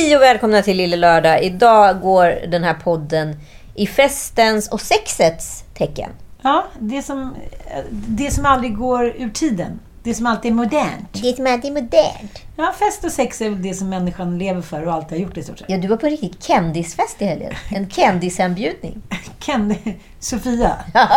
Hej och välkomna till Lille Lördag. Idag går den här podden i festens och sexets tecken. Ja, det som aldrig går ur tiden. Det som alltid är modernt. Det som alltid är modernt. Ja, fest och sex är väl det som människan lever för och alltid har gjort i stort sett. Ja, du var på en riktig kändisfest i helgen. En kändisanbjudning. Sofia.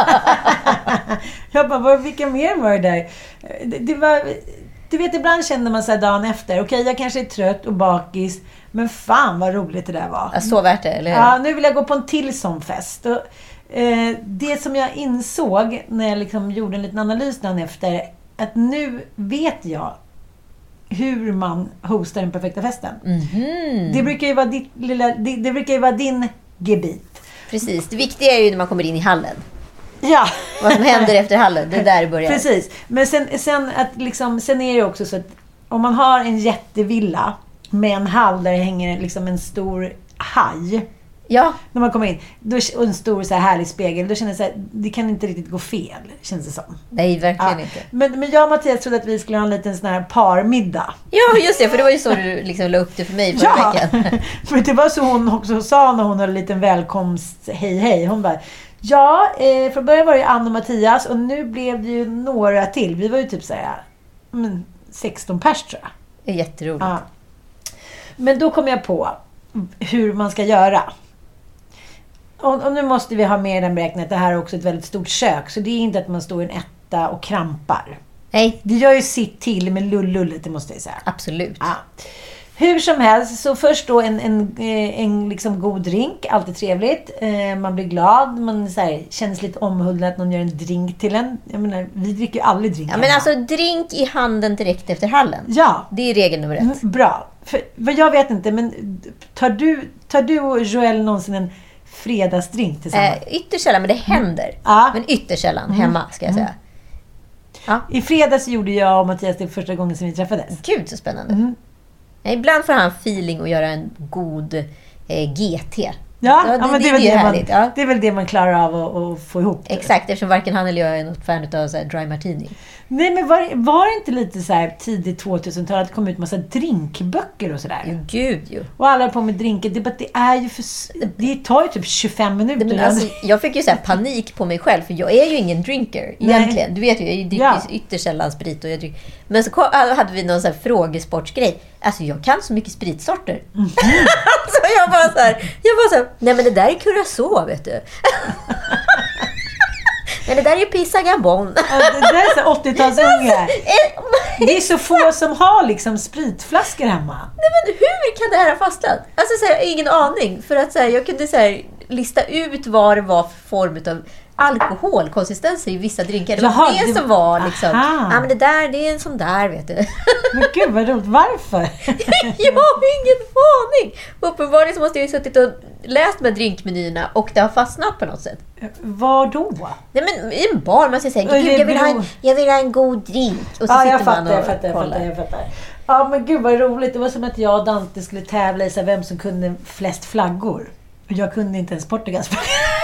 Jag bara, vilka mer var det där? Det var... Du vet, ibland känner man sig dagen efter. Okej, jag kanske är trött och bakis. Men fan vad roligt det där var. Ja, så värt det, eller hur? Ja, nu vill jag gå på en till sån fest. Och, det som jag insåg när jag liksom gjorde en liten analys dagen efter. Att nu vet jag hur man hostar den perfekta festen. Mm-hmm. Det brukar ju vara det brukar ju vara din gebit. Precis, det viktiga är ju när man kommer in i hallen. Ja. Vad som händer efter hallen, det är där det börjar. Precis, men sen är det också så att om man har en jättevilla med en hall där det hänger liksom en stor haj. Ja. När man kommer in, och en stor så här härlig spegel, då känner jag så här, det kan inte riktigt gå fel, känns det som. Nej, verkligen inte. Men jag och Mattias trodde att vi skulle ha en liten sån här parmiddag. Ja, just det, för det var ju så du liksom la upp det för mig förra veckan. För det var så hon också sa när hon hade en liten välkomst, hej. Hon bara, från början var det Ann och Mattias och nu blev det ju några till. Vi var ju typ så här, 16 pers tror jag. Det är jätteroligt. Ja. Men då kom jag på hur man ska göra. Och nu måste vi ha med i den beräkningen att det här är också ett väldigt stort kök. Så det är inte att man står i en etta och krampar. Nej. Det gör ju sitt till med lullullet, det måste jag säga. Absolut. Ja. Hur som helst, så först då en liksom god drink, alltid trevligt. Man blir glad, man så här, känns lite omhuldad att någon gör en drink till en. Jag menar, vi dricker ju aldrig drink. Ja, men alltså drink i handen direkt efter hallen. Ja. Det är regel nummer 1. Bra. För jag vet inte, men tar du och Joel någonsin en fredagsdrink tillsammans? Ytterst sällan, men det händer. Ja. Men ytterst sällan hemma, ska jag säga. Ja. I fredags gjorde jag och Mattias det första gången som vi träffades. Gud, så spännande. Ja, ibland får han feeling att göra en god GT. Ja, men det är väl det man klarar av att få ihop. Exakt, eftersom varken han eller jag är något fan av så här dry martini. Nej, men var det inte lite så här tidigt 2000-tal att det kom ut massa drinkböcker och sådär? Ja, gud ju. Och alla är på med drinkar. Det är ju det tar ju typ 25 minuter. Men alltså, jag fick ju så här panik på mig själv, för jag är ju ingen drinker egentligen. Nej. Du vet ju, jag dricker ytterst sällan sprit och jag dricker. Men så hade vi någon så här frågesportsgrej. Alltså jag kan så mycket spritsorter. Så jag bara så här, nej men det där är Curacao, vet du. Men det där är ju Pisa Gambon. Ja, det där är så 80-talsungar. Det är så få som har liksom spritflaskor hemma. Nej, men hur kan det här ha fastnat? Alltså så här, ingen aning. För att så här, jag kunde så här, lista ut vad det var för form av alkoholkonsistenser i vissa drinkar. Det var det som var liksom. Ja, men det är en sån där, vet du. Men gud vad roligt. Varför? Jag har ingen aning. Uppenbarligen så måste jag ju suttit och läst med drinkmenyerna och det har fastnat på något sätt. Var då? Nej, men i en bar man ska säga, gud, jag vill ha en god drink. Och så sitter man och kollar. Jag fattar. Ja, men gud vad roligt. Det var som att jag och Dante skulle tävla i så vem som kunde flest flaggor. Jag kunde inte ens portugalska.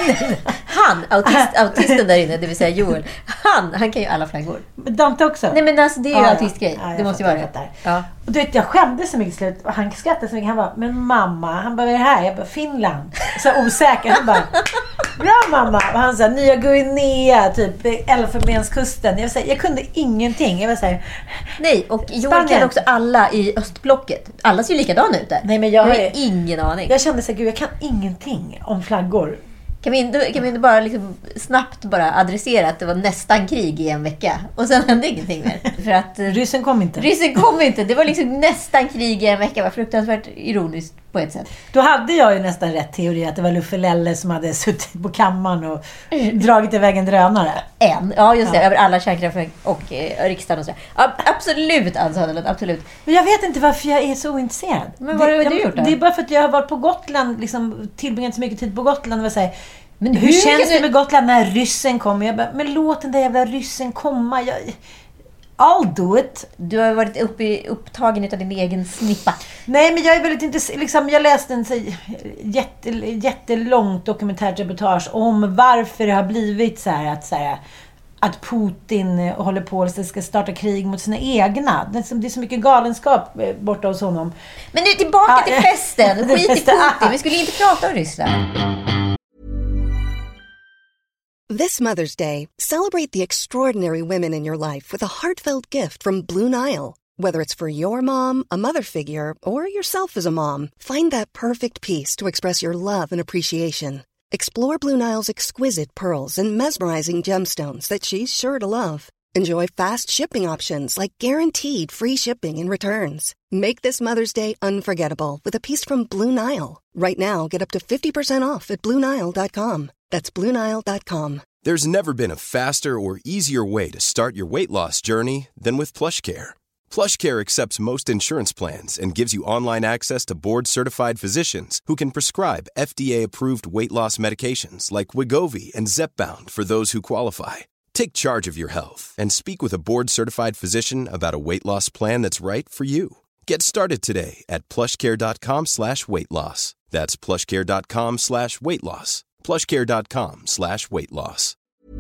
Han, autisten där inne, det vill säga Joel, han kan ju alla flaggor. Dante också? Nej, men alltså det är ju autistgrej. Ja, det måste ju vara det. Ja. Och du vet, jag skämdes så mycket slut. Och han skrattade så mycket. Han bara, men mamma, han bara, vad är det här? Jag bara, Finland. Så osäker. Han bara, bra mamma. Och han sa, Nya Guinea, typ Elfenbenskusten. Jag kunde ingenting. Jag var så här, nej, och Joel kan också alla i östblocket. Alla ser ju likadana ut där. Nej, men jag har ingen aning. Jag kände så här, gud, jag kan ingenting om flaggor. Kan vi inte bara liksom snabbt bara adressera att det var nästan krig i en vecka och sen hände ingenting mer? För att ryssen kom inte. Det var liksom nästan krig i en vecka. Det var fruktansvärt ironiskt på ett sätt. Då hade jag ju nästan rätt teori att det var Luffe Lelle som hade suttit på kammaren och dragit iväg en drönare. Ja, just det. Över alla kärnkraftverk och riksdagen och så. Ja, absolut, absolut. Men jag vet inte varför jag är så ointresserad. Men vad har du gjort då? Det är bara för att jag har varit på Gotland, liksom tillbringat så mycket tid på Gotland och säga, men hur känns det med Gotland när ryssen kommer? Jag bara, men låt den där jävla ryssen komma. I'll do it. Du har varit upptagen av din egen snippa. Nej, men jag är väldigt intresserad. Liksom, jag läste en jättelångt dokumentärt reportage om varför det har blivit så här att att Putin håller på att ska starta krig mot sina egna. Det är så mycket galenskap borta hos honom. Men nu tillbaka till festen. Skit i Putin. Vi skulle inte prata om Ryssland. This Mother's Day, celebrate the extraordinary women in your life with a heartfelt gift from Blue Nile. Whether it's for your mom, a mother figure, or yourself as a mom, find that perfect piece to express your love and appreciation. Explore Blue Nile's exquisite pearls and mesmerizing gemstones that she's sure to love. Enjoy fast shipping options like guaranteed free shipping and returns. Make this Mother's Day unforgettable with a piece from Blue Nile. Right now, get up to 50% off at BlueNile.com. That's BlueNile.com. There's never been a faster or easier way to start your weight loss journey than with PlushCare. PlushCare accepts most insurance plans and gives you online access to board-certified physicians who can prescribe FDA-approved weight loss medications like Wegovy and Zepbound for those who qualify. Take charge of your health and speak with a board-certified physician about a weight loss plan that's right for you. Get started today at plushcare.com/weightloss. That's plushcare.com/weightloss. plushcare.com/weightloss.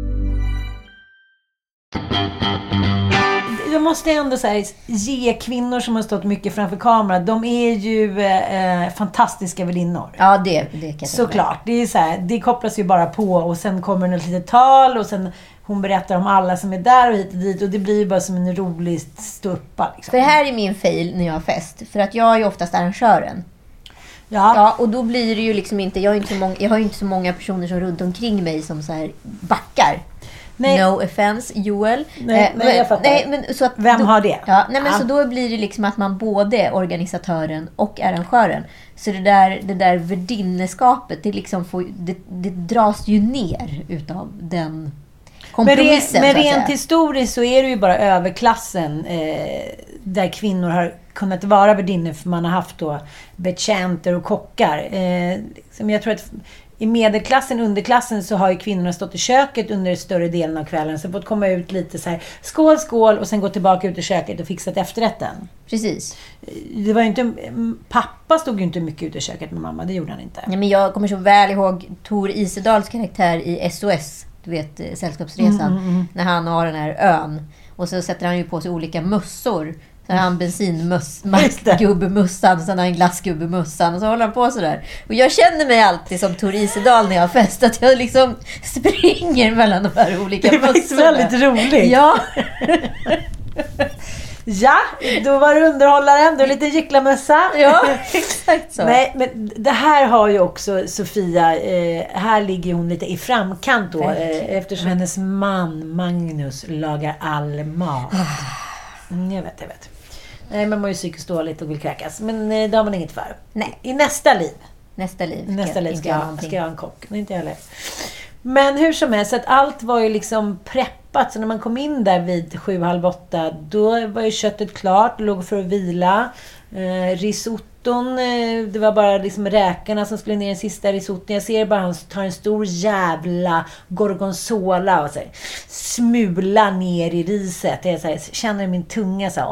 Jag måste ändå ge kvinnor som har stått mycket framför kameran. De är ju fantastiska väninnor. Ja, det kan jag såklart. Det är så här, det kopplas ju bara på och sen kommer det ett litet tal och sen hon berättar om alla som är där och hit och dit och det blir ju bara som en rolig stuppa. Liksom. För det här är min fail när jag har fest. För att jag är ju oftast arrangören. Ja, och då blir det ju liksom inte... Jag har ju inte så många personer som runt omkring mig som så här backar. Nej. No offense, Joel. Nej, jag fattar. Men så att vem har det? Ja, så då blir det liksom att man både är organisatören och arrangören. Så det där värdinneskapet, det liksom det dras ju ner utav den kompromissen. Men rent historiskt så är det ju bara överklassen där kvinnor har kunnat vara värdinnor, för man har haft då betjänter och kockar. Som jag tror att i medelklassen, underklassen, så har ju kvinnorna stått i köket under större delen av kvällen. Så fått komma ut lite så här, skål, och sen gå tillbaka ut i köket och fixat efterrätten. Precis. Det var ju inte... Pappa stod ju inte mycket ute i köket med mamma, det gjorde han inte. Ja, men jag kommer så väl ihåg Tor Isedals karaktär i SOS, du vet, Sällskapsresan. När han har den här ön. Och så sätter han ju på sig olika mössor. Sen har han bensingubbemössan, sen har han glassgubbemössan och så håller han på sådär. Och jag känner mig alltid som Tor Isedal när jag har fest, att jag liksom springer mellan de här olika mössorna. Det är väldigt roligt. Ja. Ja, då var du underhållaren, du är lite gycklamössa. Ja, exakt så. Nej, men det här har ju också Sofia, här ligger hon lite i framkant då, eftersom hennes man Magnus lagar all mat. Jag vet. Nej, man mår ju psykiskt dåligt och vill kräkas. Men det har man inget för. Nej. I nästa liv ska jag ha en kock. Nej, inte jag heller. Men hur som helst, så att allt var ju liksom preppat. Så när man kom in där vid 7:30, då var ju köttet klart. Det låg för att vila. Risotton, det var bara liksom räkorna som skulle ner i den sista risotton. Jag ser bara han tar en stor jävla gorgonzola och så här, smula ner i riset. Jag så här, känner min tunga så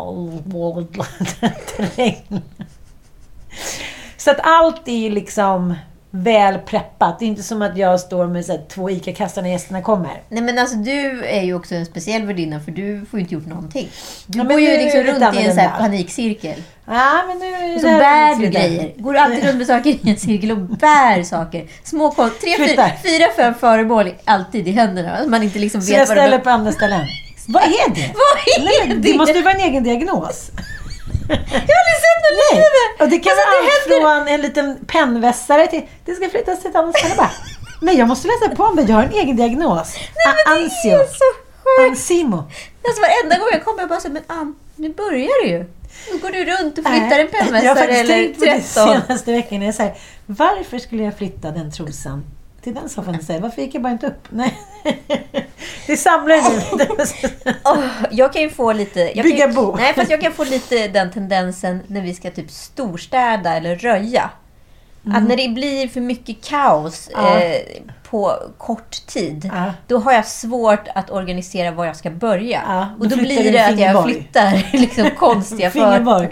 här, så att allt är ju liksom väl preppat. Det är inte som att jag står med så här, 2 ICA-kassar när gästerna kommer. Nej, men alltså du är ju också en speciell värdinna, för du får ju inte gjort någonting. Du går ju liksom runt i en så här panikcirkel. Ja, men nu och så bär du grejer. Går du alltid runt med saker i en cirkel och bär saker. Små 3-4-5 föremål alltid i händerna. Man inte liksom vet. Så jag ställer på andra ställen. Vad är det? Det måste ju vara en egen diagnos. Jag har aldrig sett något liknande. Och det kan vara allt från en liten pennvässare till det ska flyttas till ett annat ställe bara. Nej, jag måste läsa på mig. Jag har en egen diagnos. Ansio. Det är så sjukt. Ansimo. Alltså varenda gång jag kommer jag bara så, men nu börjar det ju. Nu går du runt och flyttar en pennvässare. Jag har faktiskt eller tänkt på det senaste veckan. Jag säger, varför skulle jag flytta den trosan till den soffan och säga, varför gick jag bara inte upp? Nej. Det samlar nu. Jag kan ju få lite... Bygga bo. Nej, fast jag kan få lite den tendensen när vi ska typ storstäda eller röja. Att när det blir för mycket kaos på kort tid, då har jag svårt att organisera var jag ska börja. Och då blir det att jag flyttar liksom konstiga Fingerborg.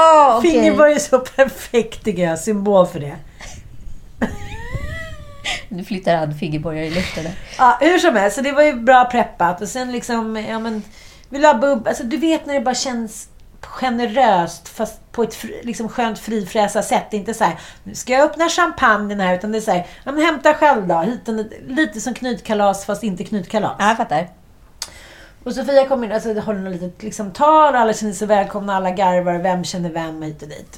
Fingerborg är så perfekt, tycker jag. Symbol för det. Du flyttar an fingerborgar i luften där. Ja, hur som helst. Så det var ju bra preppat. Och sen liksom, vill ha alltså du vet när det bara känns generöst fast på ett liksom skönt frifräsa sätt. Det är inte så här, nu ska jag öppna champagnen här, utan det är så här, ja, men hämta själv då. Lite som knytkalas fast inte knytkalas. Ja, jag fattar. Och Sofia kommer in, alltså håller något litet liksom tal, alla känner sig välkomna, alla garvar, vem känner vem hit och dit.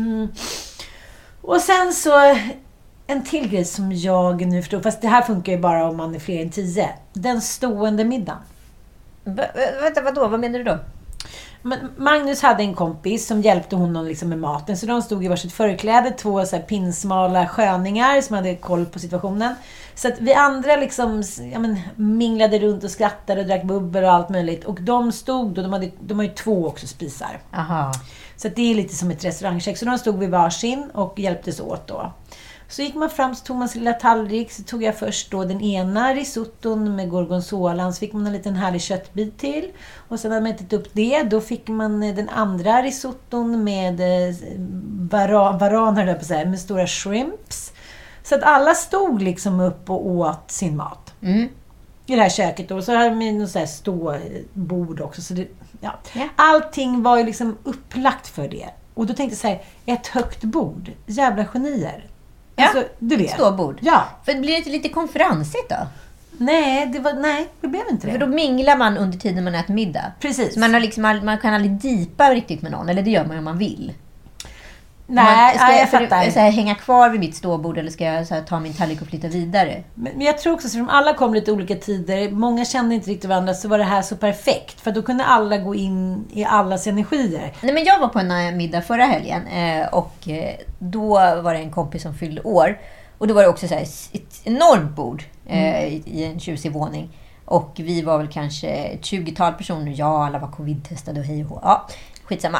Och sen så en till grej som jag nu förstår, fast det här funkar ju bara om man är fler än 10. Den stående middagen. Vänta, vadå? Vad menar du då? Men Magnus hade en kompis som hjälpte honom liksom med maten. Så de stod i varsitt förkläde, 2 så här pinsmala sköningar som hade koll på situationen. Så att vi andra liksom, minglade runt och skrattade och drack bubbel och allt möjligt. Och de stod då, de har ju 2 också spisar. Aha. Så att det är lite som ett restaurangcheck. Så de stod vid varsin och hjälptes åt då. Så gick man fram, så tog man sin lilla tallrik. Så tog jag först då den ena risotton med gorgonzola. Så fick man en liten härlig köttbit till. Och sen hade man ätit upp det. Då fick man den andra risotton med varaner där på så här, med stora shrimps. Så att alla stod liksom upp och åt sin mat. I det här köket då. Så hade vi något så här ståbord också. Så det, ja. Allting var ju liksom upplagt för det. Och då tänkte jag så här, ett högt bord. Jävla genier. Ja, alltså, du vet. Ståbord. Ja. För det blir inte lite konferensigt då? Nej, det blev inte det. För då minglar man under tiden man äter middag. Precis. Så man kan aldrig dipa riktigt med någon. Eller det gör man om man vill. Nej, jag fattar. Ska jag hänga kvar vid mitt ståbord eller ska jag så här, ta min tallrik och flytta vidare? Men jag tror också, för alla kom lite olika tider. Många kände inte riktigt varandra, så var det här så perfekt. För då kunde alla gå in i allas energier. Nej, men jag var på en middag förra helgen och då var det en kompis som fyllde år. Och då var det också så här, ett enormt bord i en tjusig våning. Och vi var väl kanske ett 20-tal personer. Ja, alla var covid-testade och hej och hå. Ja, skitsamma.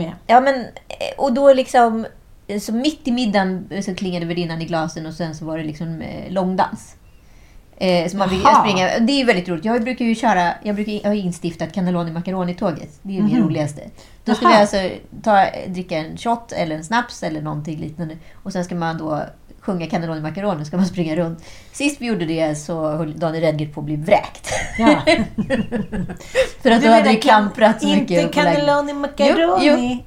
Och då liksom, så mitt i middagen så klingade värdinnan i glasen och sen så var det liksom långdans. Så man fick springa. Det är ju väldigt roligt. Jag har instiftat cannelloni macaroni-tåget. Det är ju min roligaste. Då ska vi alltså dricka en shot eller en snaps eller någonting liknande. Och sen ska man då sjunga cannelloni macaroni, ska man springa runt. Sist vi gjorde det så höll Daniel Redgert på att bli vräkt. Ja. För att då hade det klamprat så mycket. Inte cannelloni macaroni. Jo.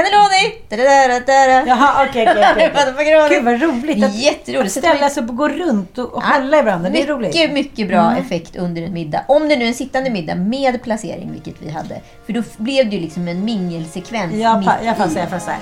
Cannelloni! Jaha, okej. Gud vad roligt. Jätteroligt. Ställa sig upp och gå runt och hålla i varandra. Det är roligt. Mycket bra effekt under en middag. Om det nu är en sittande middag med placering, vilket vi hade. För då blev det ju liksom en mingelsekvens. Jag får säga.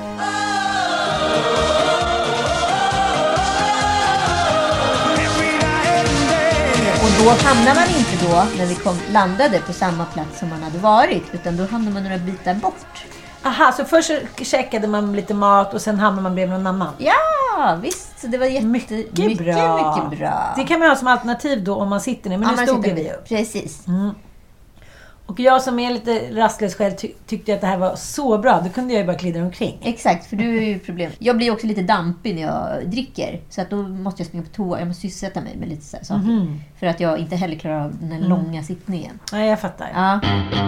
Och då hamnar man inte då, när vi landade på samma plats som man hade varit, utan då hamnar man några bitar bort. Aha, så först checkade man lite mat och sen hamnade man bredvid någon annan. Ja, visst. Så det var mycket bra. Det kan man ha som alternativ då om man sitter ner, men nu stod vi upp. Precis. Och jag som är lite rastlös själv tyckte att det här var så bra. Då kunde jag ju bara klidra omkring. Exakt, för du är ju problem. Jag blir också lite dampig när jag dricker. Så att då måste jag springa på toa. Jag måste sysselsätta mig med lite så här saker. För att jag inte heller klarar av den här långa sittningen. Nej, jag fattar. Ja.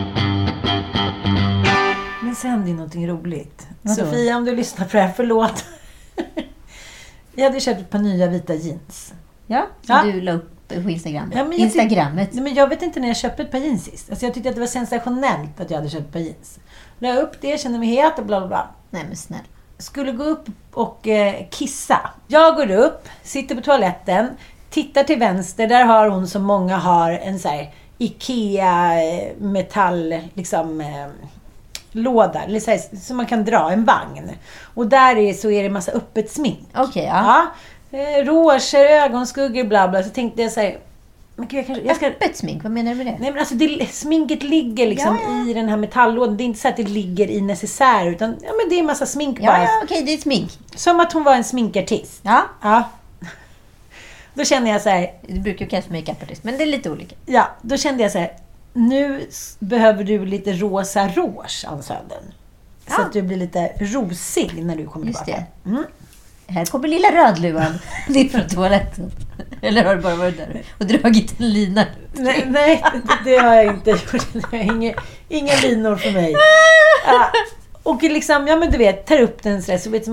Men sen hände ju någonting roligt. Vadå? Sofia, om du lyssnar på det här, förlåt. Jag hade köpt ett par nya vita jeans. Ja, som du la upp på Instagram. Ja, Instagrammet. Men jag vet inte när jag köpte ett par jeans sist. Alltså jag tyckte att det var sensationellt att jag hade köpt ett par jeans. La upp det, kände mig het och bla bla bla. Nej, men snäll. Skulle gå upp och kissa. Jag går upp, sitter på toaletten, tittar till vänster. Där har hon, som många har, en så här Ikea metall liksom låda, eller så här, som man kan dra, en vagn. Och där så är det massa öppet smink. Okej, ja. Rouger, ögonskuggor, bla bla. Så tänkte jag så här, men gud, jag ska... Öppet smink, vad menar du med det? Nej, men alltså sminket ligger liksom i den här metalllådan. Det är inte så att det ligger i necessär, utan men det är en massa smink bara. Ja, okej, det är smink. Som att hon var en sminkartist. Ja. Då kände jag så här... Du brukar ju kanske makeupartist, men det är lite olika. Ja, då kände jag så här, nu behöver du lite rosa rouge, Ann Söden. Så att du blir lite rosig när du kommer tillbaka. Just det. Här kommer lilla rödluvan ner från toaletten. Eller har du bara varit där och dragit en lina? Nej, det har jag inte gjort. Inga linor för mig. Och liksom, men du vet, tar upp den så vet man,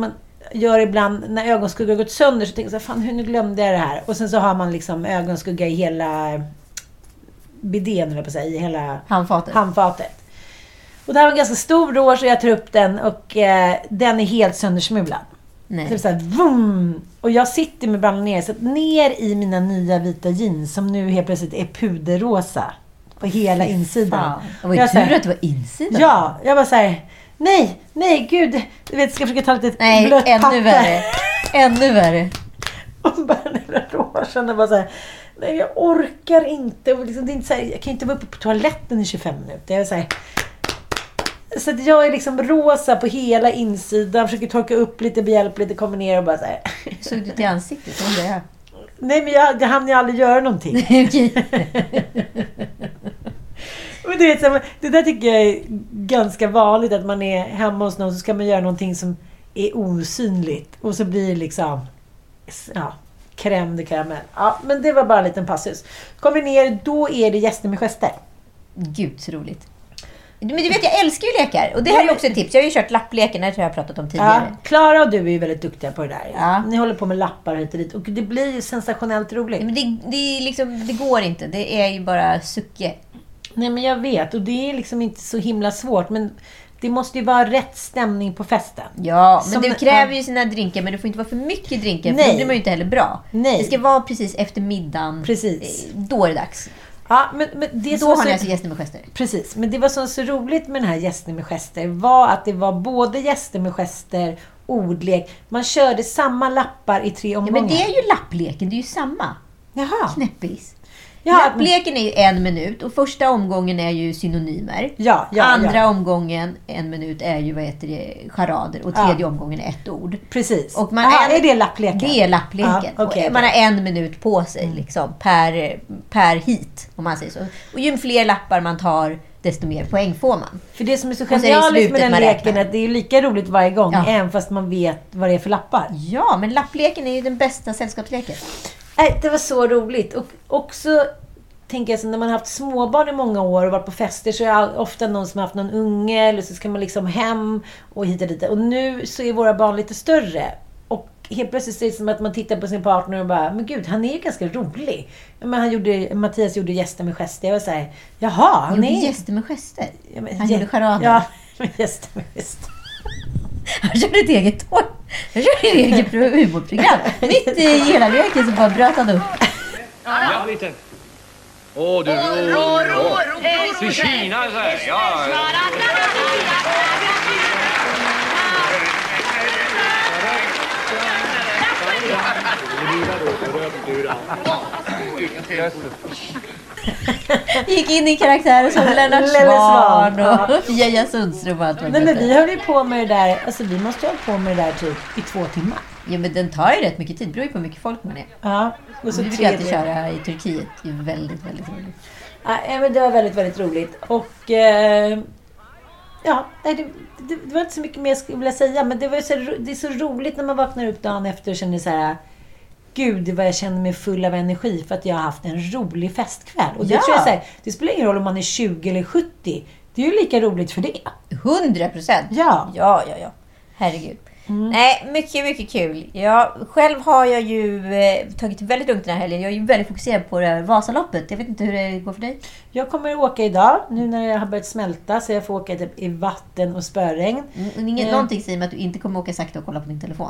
gör ibland när ögonskugga har gått sönder, så tänker jag så här, fan hur nu glömde jag det här. Och sen så har man liksom ögonskugga i hela bidén, eller på sig, i hela handfatet. Och det här var en ganska stor rouge, och jag tar upp den och den är helt söndersmulad. Typ så här, vroom. Och jag sitter med brallorna ner, så ner i mina nya vita jeans som nu helt plötsligt är puderrosa på hela insidan. Det var ju tur att det var insidan. Ja, jag bara såhär, nej, gud. Du vet, ska jag försöka ta lite blött papper. Ännu värre. Och bara den där rougen, och bara såhär, nej jag orkar inte. Och liksom, det är inte så här, jag kan inte vara uppe på toaletten i 25 minuter. Jag är så här, så att jag är liksom rosa på hela insidan. Försöker torka upp lite behjälpligt. Kommer ner och bara så här. Såg du till ansiktet? Det? Nej, men jag hann ju aldrig göra någonting. Men du vet, det där tycker jag är ganska vanligt. Att man är hemma hos någon, så ska man göra någonting som är osynligt. Och så blir det liksom crème de caramel. Ja, men det var bara en liten passus. Kommer ner, då är det gäster med gester. Gud, så roligt. Men du vet, jag älskar ju lekar. Och det här är också ett tips. Jag har ju kört lappleken, det tror jag pratat om tidigare. Ja, Klara och du är ju väldigt duktiga på det där. Ja. Ni håller på med lappar hit och dit. Och det blir ju sensationellt roligt. Men det är liksom, det går inte. Det är ju bara sucke. Nej, men jag vet. Och det är liksom inte så himla svårt. Men det måste ju vara rätt stämning på festen. Ja, men du kräver ju sina drinkar. Men det får inte vara för mycket drinkar. För då blir man ju inte heller bra. Nej. Det ska vara precis efter middagen. Precis. Då är det dags. Ja, men det då har ni alltså gäster med gester. Precis, men det var så roligt med den här gäster med gester var att det var både gäster med gester, ordlek. Man körde samma lappar i 3 omgångar. Ja, men det är ju lappleken, det är ju samma. Jaha. Knäppis. Lappleken är ju 1 minut och första omgången är ju synonymer. Andra omgången 1 minut är ju charader och tredje omgången är 1 ord. Precis. Och är det lappleken? Det är lappleken. Okay. Man har 1 minut på sig liksom, per hit, om man säger så. Och ju fler lappar man tar, desto mer poäng får man. För det som är så genialiskt med den leken är att det är lika roligt varje gång, även fast man vet vad det är för lappar. Ja, men lappleken är ju den bästa sällskapsleken. Nej, det var så roligt. Och också tänker jag så, när man har haft småbarn i många år och varit på fester, så är det ofta någon som har haft någon unge, eller så ska man liksom hem och hit och dit. Och nu så är våra barn lite större. Och helt plötsligt är det som att man tittar på sin partner och bara, men gud, han är ju ganska rolig. Men Mattias gjorde gäster med gester. Jag var såhär, jaha, han är gäster med gester. Han gjorde charader. Ja, gäster med gester. Han körde ett eget tåg. Han körde ett eget humorprogram. Mitt i hela leken så bara bröt han upp. Ja, lite. Åh, du till Kina så här. Ja. Gick in i karaktärer som Lennart Svan och Geja Sundström och allt. Nej, men vi höll ju på med det där. Alltså vi måste ju hålla på med det där typ i 2 timmar. Ja, men den tar ju rätt mycket tid. Det beror ju på hur mycket folk man är. Ja. Och så vi brukar alltid köra i Turkiet. Det är väldigt, väldigt roligt. Ja, men det var väldigt, väldigt roligt. Och ja, det var inte så mycket mer jag skulle vilja säga. Men det är så roligt när man vaknar upp dagen efter och känner så här, gud vad jag känner mig full av energi för att jag har haft en rolig festkväll. Och det tror jag så här, det spelar ingen roll om man är 20 eller 70. Det är ju lika roligt för det. 100%. Ja. Herregud. Nej, mycket, mycket kul. Själv har jag ju tagit väldigt lugnt den här helgen. Jag är ju väldigt fokuserad på det här Vasaloppet. Jag vet inte hur det går för dig. Jag kommer att åka idag, nu när jag har börjat smälta. Så jag får åka typ i vatten och spöregn. Någonting säger mig att du inte kommer åka sakta och kolla på din telefon.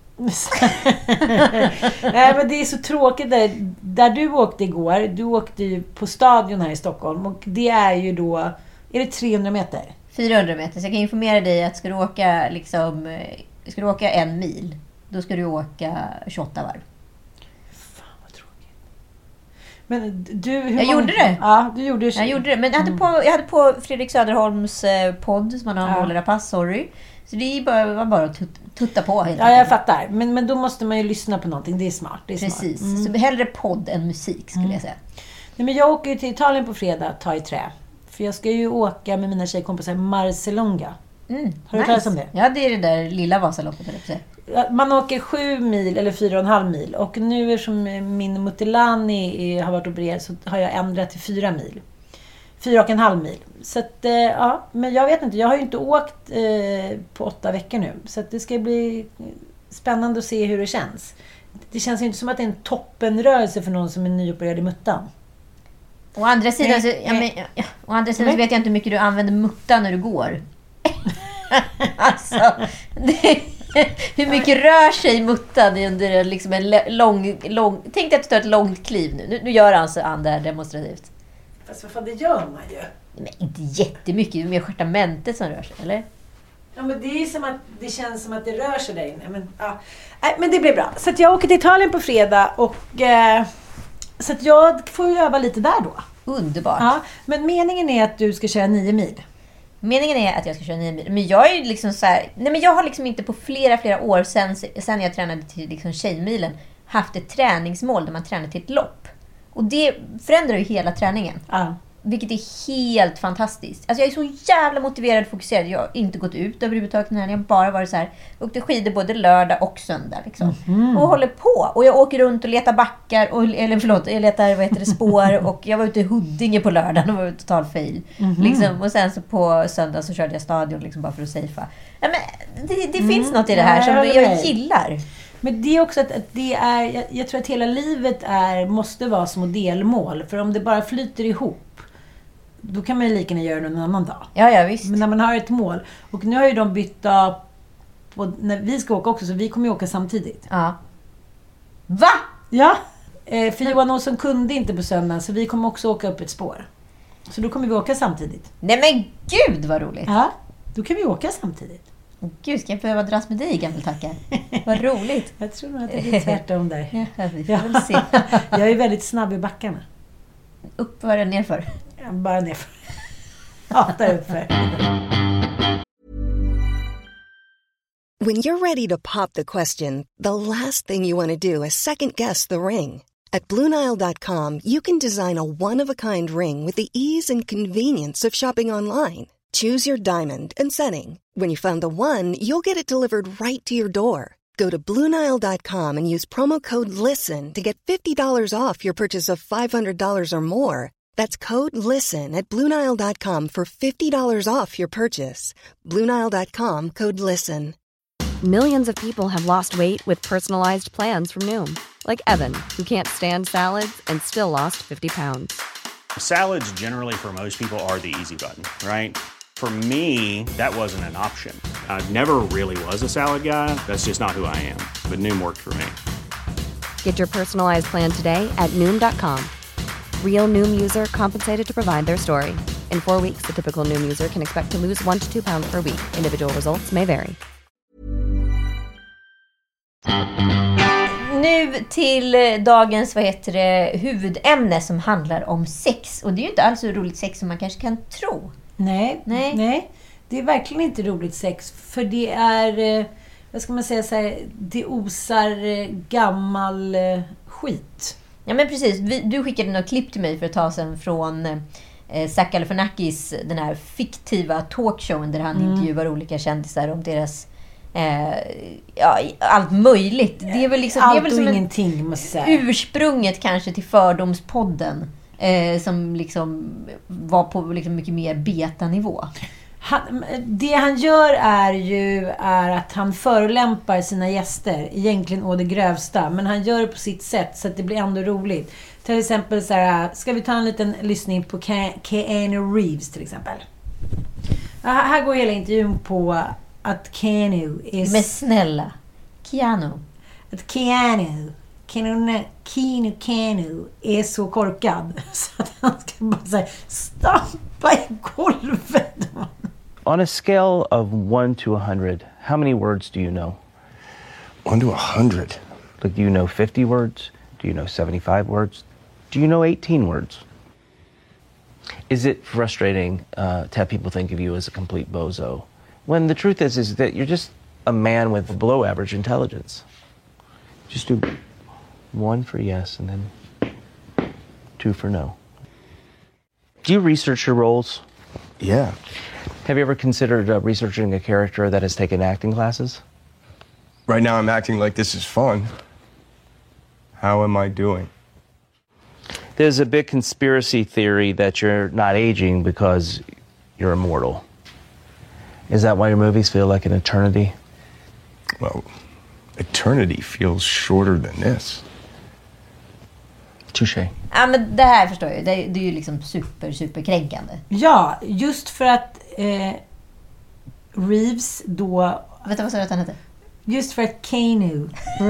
Nej, men det är så tråkigt där du åkte igår. Du åkte ju på stadion här i Stockholm. Och det är ju då, är det 300 meter? 400 meter. Så jag kan informera dig att ska du åka 1 mil, då ska du åka 28 varv. Fan vad tråkigt. Men du, jag gjorde det. Ja, du gjorde det. Jag gjorde det. Men jag hade på Fredrik Söderholms podd som man har målerapass, sorry. Så det var bara att tutta på. Ja, jag fattar. Men då måste man ju lyssna på någonting. Det är smart. Precis. Så hellre podd än musik skulle jag säga. Nej, men jag åker ju till Italien på fredag, ta i trä. För jag ska ju åka med mina tjejkompisar Marcelonga. Har du talat om det? Ja, det är det där lilla Vasaloppet. Man åker 7 mil eller 4,5 mil. Och nu som min Mutilani har varit opererad så har jag ändrat till 4 mil. 4,5 mil. Så att, ja, men jag vet inte. Jag har ju inte åkt på 8 veckor nu. Så att det ska bli spännande att se hur det känns. Det känns ju inte som att det är en toppenrörelse för någon som är nyopererad i muttan. Å andra sidan, så vet jag inte hur mycket du använder muttan när du går. Alltså, hur mycket rör sig muttan under liksom en lång... Tänk dig att du tar ett långt kliv nu. Nu gör alltså Ann det här demonstrativt. Fast vad fan, det gör man ju. Men inte jättemycket, det är mer stjärtamentet som rör sig, eller? Ja, men det är som att det känns som att det rör sig där inne. Men, ja. Men det blir bra. Så att jag åker till Italien på fredag och så att jag får ju öva lite där då. Underbart. Ja, men meningen är att du ska köra 9 mil. Meningen är att jag ska köra 9 mil. Men jag är ju liksom så här... Nej, men jag har liksom inte på flera år sen jag tränade till liksom tjejmilen haft ett träningsmål där man tränar till ett lopp. Och det förändrar ju hela träningen. Ja. Vilket är helt fantastiskt. Alltså jag är så jävla motiverad och fokuserad. Jag har inte gått ut överhuvudtaget. Jag har bara varit så här. Jag åkte skidor både lördag och söndag. Liksom. Och håller på. Och jag åker runt och letar backar. Jag letar spår. Och jag var ute i Huddinge på lördagen och var ute total fail. Liksom. Och sen så på söndag så körde jag stadion liksom, bara för att safea. Ja, men det finns något i det här som jag gillar. Men det är också att det är... Jag tror att hela livet måste vara små delmål. För om det bara flyter ihop, då kan man ju lika gärna göra det någon annan dag. Ja, visst. Men när man har ett mål. Och nu har ju de bytt på, när vi ska åka också, så vi kommer ju åka samtidigt. Ja. Va? Ja. För Johan Olsson kunde inte på söndagen, så vi kommer också åka upp ett spår. Så då kommer vi åka samtidigt. Nej men gud vad roligt. Ja, då kan vi åka samtidigt. Gud, ska jag behöva dras med dig, gammeltackar? Vad roligt. Jag tror nog att det blir tvärtom där. Ja, vi får väl se. Jag är väldigt snabb i backarna. Upp var det nerför? Ja, bara nerför. Ja, där uppför. When you're ready to pop the question, the last thing you want to do is second-guess the ring. At BlueNile.com, you can design a one-of-a-kind ring with the ease and convenience of shopping online. Choose your diamond and setting. When you find the one, you'll get it delivered right to your door. Go to BlueNile.com and use promo code LISTEN to get $50 off your purchase of $500 or more. That's code LISTEN at BlueNile.com for $50 off your purchase. BlueNile.com, code LISTEN. Millions of people have lost weight with personalized plans from Noom. Like Evan, who can't stand salads and still lost 50 pounds. Salads generally for most people are the easy button, right? For me, that wasn't an option. I never really was a salad guy. That's just not who I am. But Noom worked for me. Get your personalized plan today at Noom.com. Real Noom user compensated to provide their story. In 4 weeks, the typical Noom user can expect to lose 1 to 2 pounds per week. Individual results may vary. Nu till dagens huvudämne som handlar om sex. Och det är ju inte alls så roligt sex som man kanske kan tro. Nej. Det är verkligen inte roligt sex. För det är, vad ska man säga så här, det osar gammal skit. Ja men precis, du skickade några klipp till mig för ett tag sedan från Zach Galifianakis, den här fiktiva talkshowen där han intervjuar olika kändisar om deras allt möjligt. Det är väl liksom, allt det är väl som ingenting, måste säga. Ursprunget kanske till Fördomspodden som liksom var på liksom mycket mer betanivå. Det han gör är att han förolämpar sina gäster egentligen å det grövsta, men han gör det på sitt sätt så att det blir ändå roligt. Till exempel så här, ska vi ta en liten lyssning på Keanu Reeves till exempel. Här går hela intervjun på att Keanu är... Men snälla, Keanu. Att Keanu är så korkad så att han ska bara säga stampa i golvet. On a scale of 1 to 100, how many words do you know? 1 to 100. Like, do you know 50 words? Do you know 75 words? Do you know 18 words? Is it frustrating to have people think of you as a complete bozo? When the truth is that you're just a man with below average intelligence. Just do 1 for yes and then 2 for no. Do you research your roles? Yeah. Have you ever considered researching a character that has taken acting classes? Right now I'm acting like this is fun. How am I doing? There's a big conspiracy theory that you're not aging because you're immortal. Is that why your movies feel like an eternity? Well, eternity feels shorter than this. Touché. Ja, men det här förstår jag. Det är ju liksom superkränkande. Ja, just för att Reeves då... Vet du vad sa du att han hette? Just för att Keanu...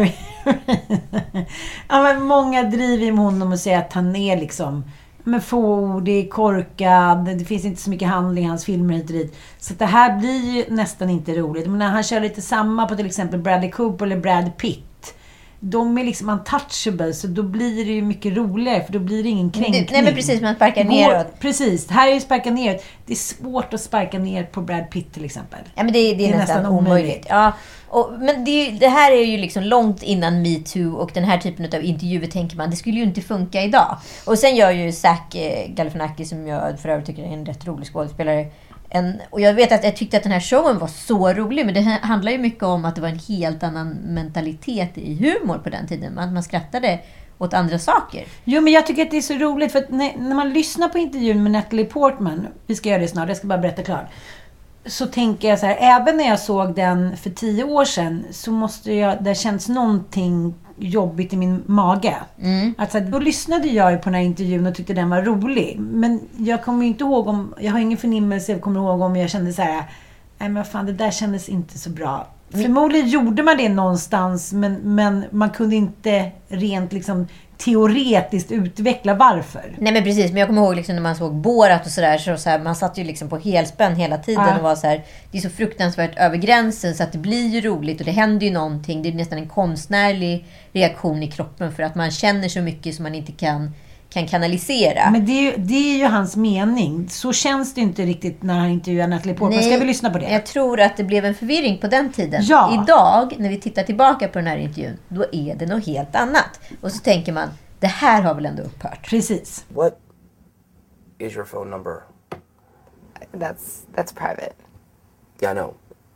ja, men många driver med honom och säger att han är liksom... Men fåordig, korkad, det finns inte så mycket handling i hans filmer hit och dit. Så det här blir ju nästan inte roligt. Men när han kör lite samma på till exempel Bradley Cooper eller Brad Pitt. De är liksom untouchable, så då blir det ju mycket roligare, för då blir det ingen kränkning. Nej, men precis, man sparkar neråt. Precis, här är ju sparka neråt. Det är svårt att sparka ner på Brad Pitt till exempel. Ja, men det är nästan omöjligt. Ja, men det här är ju liksom långt innan Me Too och den här typen av intervjuer tänker man, det skulle ju inte funka idag. Och sen gör ju Zach Galifianakis, som jag för övrigt tycker är en rätt rolig skådespelare, och jag vet att jag tyckte att den här showen var så rolig, men det handlar ju mycket om att det var en helt annan mentalitet i humor på den tiden. Man skrattade åt andra saker. Jo, men jag tycker att det är så roligt, för att när man lyssnar på intervjun med Natalie Portman, vi ska göra det snart, jag ska bara berätta klart, så tänker jag så här, även när jag såg den för 10 år sedan så måste det känns någonting jobbigt i min mage. Alltså, då lyssnade jag ju på den här intervjun och tyckte den var rolig. Men jag kommer ju inte ihåg jag har ingen förnimmelse, jag kommer ihåg om jag kände så här, nej men fan, det där kändes inte så bra. Förmodligen gjorde man det någonstans, men man kunde inte rent liksom teoretiskt utveckla varför. Nej, men precis, men jag kommer ihåg liksom när man såg Borat och sådär, man satt ju liksom på helspänn hela tiden och var så här, det är så fruktansvärt över gränsen så att det blir ju roligt och det händer ju någonting. Det är nästan en konstnärlig reaktion i kroppen för att man känner så mycket som man inte kan kanalisera. Men det är ju hans mening. Så känns det inte riktigt när han intervjuar Natalie Portman. Ska vi lyssna på det? Jag tror att det blev en förvirring på den tiden. Ja. Idag, när vi tittar tillbaka på den här intervjun, då är det något helt annat. Och så tänker man, det här har väl ändå upphört. Precis. What is your phone number? That's private. Yeah, I know.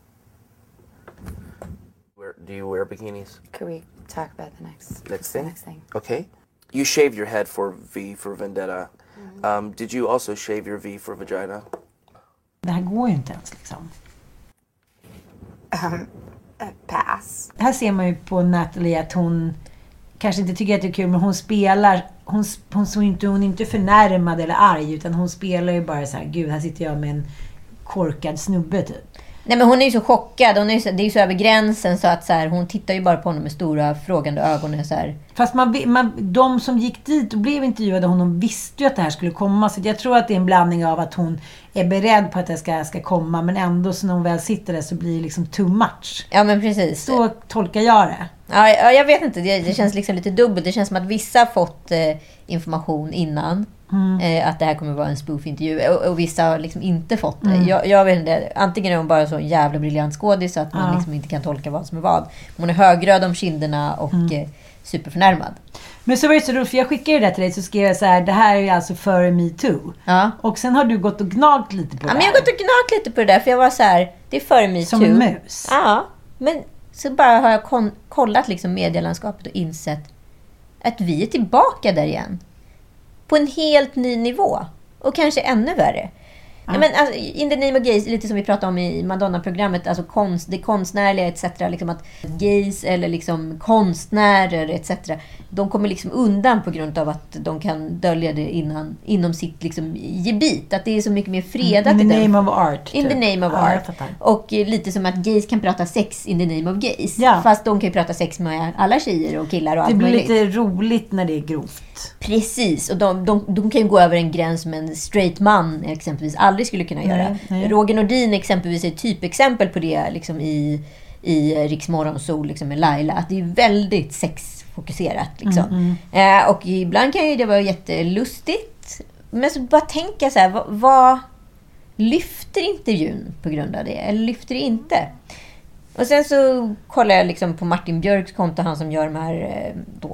Do you wear bikinis? Could we talk about the next thing? Okay. You shaved your head for V for Vendetta. Did you also shave your V for vagina? Det här går ju inte ens liksom. Pass. Här ser man ju på Natalie att hon kanske inte tycker att det är kul, men hon spelar, hon är inte förnärmad eller arg, utan hon spelar ju bara så här, gud, här sitter jag med en korkad snubbe typ. Nej, men hon är ju så chockad. Det är ju så över gränsen så att så här, hon tittar ju bara på honom med stora frågande ögon. Så här. Fast de som gick dit och blev intervjuade honom visste ju att det här skulle komma. Så jag tror att det är en blandning av att hon är beredd på att det ska komma. Men ändå så när hon väl sitter där så blir det liksom too much. Ja, men precis. Så tolkar jag det. Ja, jag vet inte. Det känns liksom lite dubbelt. Det känns som att vissa har fått information innan. Att det här kommer vara en spoof-intervju och vissa har liksom inte fått det. Jag vet inte, antingen är hon bara så en jävla briljant skådis så att man liksom inte kan tolka vad som är vad. Hon är högröd om kinderna och superförnärmad. Men så var det så roligt, för jag skickade det till dig, så skrev jag så här, det här är ju alltså före Me Too. Ja. Och sen har du gått och gnagt lite på det. Men jag har gått och gnagt lite på det där, för jag var så här, det är före Me Too. Som en mus. Ja, men så bara har jag kollat liksom medielandskapet och insett att vi är tillbaka där igen. På en helt ny nivå. Och kanske ännu värre. Ja. Men alltså, in the name of gays, lite som vi pratade om i Madonna-programmet, alltså det konstnärliga etc. Liksom att gays eller liksom konstnärer etc. De kommer liksom undan på grund av att de kan dölja det inom sitt liksom gebit. Att det är så mycket mer fredat. In the name of art. In the name of art. Och lite som att gays kan prata sex in the name of gays. Ja. Fast de kan ju prata sex med alla tjejer och killar och allt möjligt. Det blir lite roligt när det är grovt. Precis, och de kan ju gå över en gräns som en straight man exempelvis aldrig skulle kunna göra. Nej. Roger Nordin exempelvis är ett typexempel på det liksom i Riks Morgonzoo liksom med Laila, att det är väldigt sexfokuserat liksom. Och ibland kan ju det vara jättelustigt, men så bara tänka så här, vad lyfter intervjun på grund av det, eller lyfter det inte? Och sen så kollar jag liksom på Martin Björks konto, han som gör de här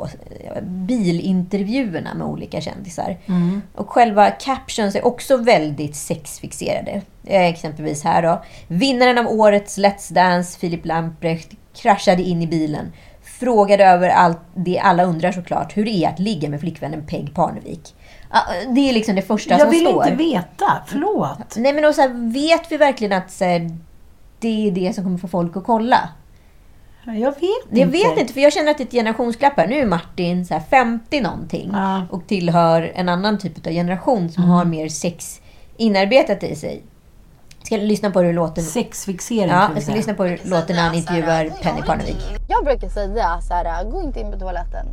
bilintervjuerna med olika kändisar. Och själva captions är också väldigt sexfixerade. Exempelvis här då. Vinnaren av årets Let's Dance, Filip Lamprecht, kraschade in i bilen. Frågade över allt det alla undrar såklart. Hur det är att ligga med flickvännen Peg Parnevik. Det är liksom det första som står. Jag vill inte veta, förlåt. Nej, men också, vet vi verkligen att så här, det är det som kommer få folk att kolla? Jag vet inte, för jag känner att det är ett generationsglapp här. Nu är Martin så här 50 någonting och tillhör en annan typ av generation som har mer sex inarbetat i sig. Ska lyssna på hur det låter. Sexfixering. Ja, jag ska lyssna på hur det låter när han intervjuar Penny Parnevik. Jag brukar säga så här: gå inte in på toaletten.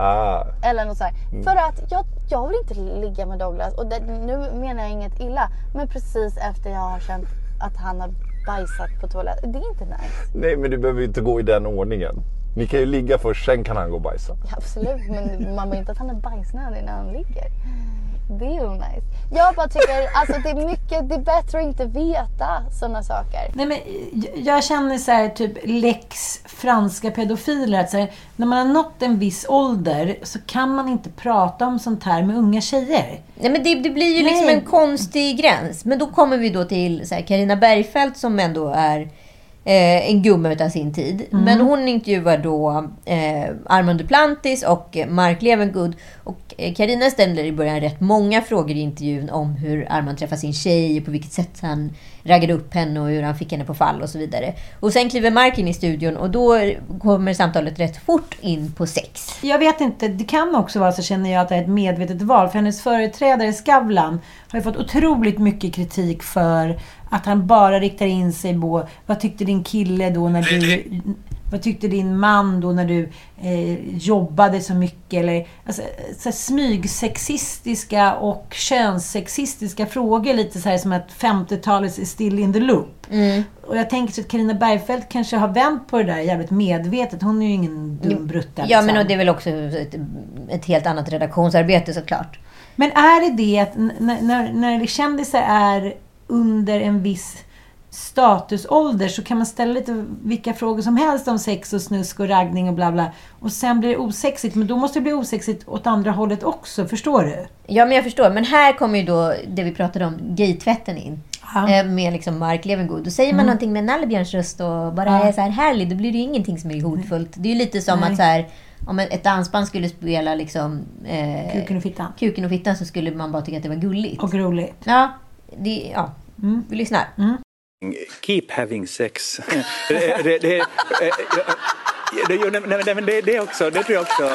Eller något så här. För att jag vill inte ligga med Douglas. Och nu menar jag inget illa. Men precis efter jag har känt att han har bajsat på toaletten. Det är inte nice. Nej, men du behöver inte gå i den ordningen. Ni kan ju ligga först, sen kan han gå och bajsa. Ja, absolut, men man vill inte att han är bajsnödig när han ligger. Det är ju nice. Jag bara tycker, alltså det är bättre att inte veta sådana saker. Nej, men jag känner så här, typ lex franska pedofiler, att så här, när man har nått en viss ålder så kan man inte prata om sånt här med unga tjejer. Nej, men det blir ju liksom en konstig gräns. Men då kommer vi då till så här, Carina Bergfeldt som ändå är en gumma utav sin tid. Men hon intervjuar då Armand Duplantis och Mark Levengood. Och Carina ställer i början rätt många frågor i intervjun om hur Armand träffade sin tjej och på vilket sätt han raggade upp henne och hur han fick henne på fall och så vidare. Och sen kliver Mark in i studion och då kommer samtalet rätt fort in på sex. Jag vet inte, det kan också vara så, känner jag, att det är ett medvetet val. För hennes företrädare Skavlan har ju fått otroligt mycket kritik för att han bara riktar in sig på vad tyckte din kille då när du... Vad tyckte din man då när du jobbade så mycket? Eller, alltså, så smygsexistiska och könssexistiska frågor. Lite så här som att 50-talet är still in the loop. Och jag tänker så att Carina Bergfeldt kanske har vänt på det där jävligt medvetet. Hon är ju ingen dum brutta. Ja, men och det är väl också ett helt annat redaktionsarbete såklart. Men är det att när det kändisar är under en viss statusålder så kan man ställa lite vilka frågor som helst om sex och snusk och raggning och bla bla. Och sen blir det osexigt. Men då måste det bli osexigt åt andra hållet också. Förstår du? Ja, men jag förstår. Men här kommer ju då det vi pratade om, gaytvätten in. Med liksom Mark Levengood. Då säger man någonting med en Nallebjörns röst och bara är så här härlig. Då blir det ju ingenting som är hotfullt. Det är ju lite som att så här, om ett dansband skulle spela liksom Kuken och fittan så skulle man bara tycka att det var gulligt. Och roligt. Ja, vi lyssnar. Keep having sex. Det också, det tror jag också.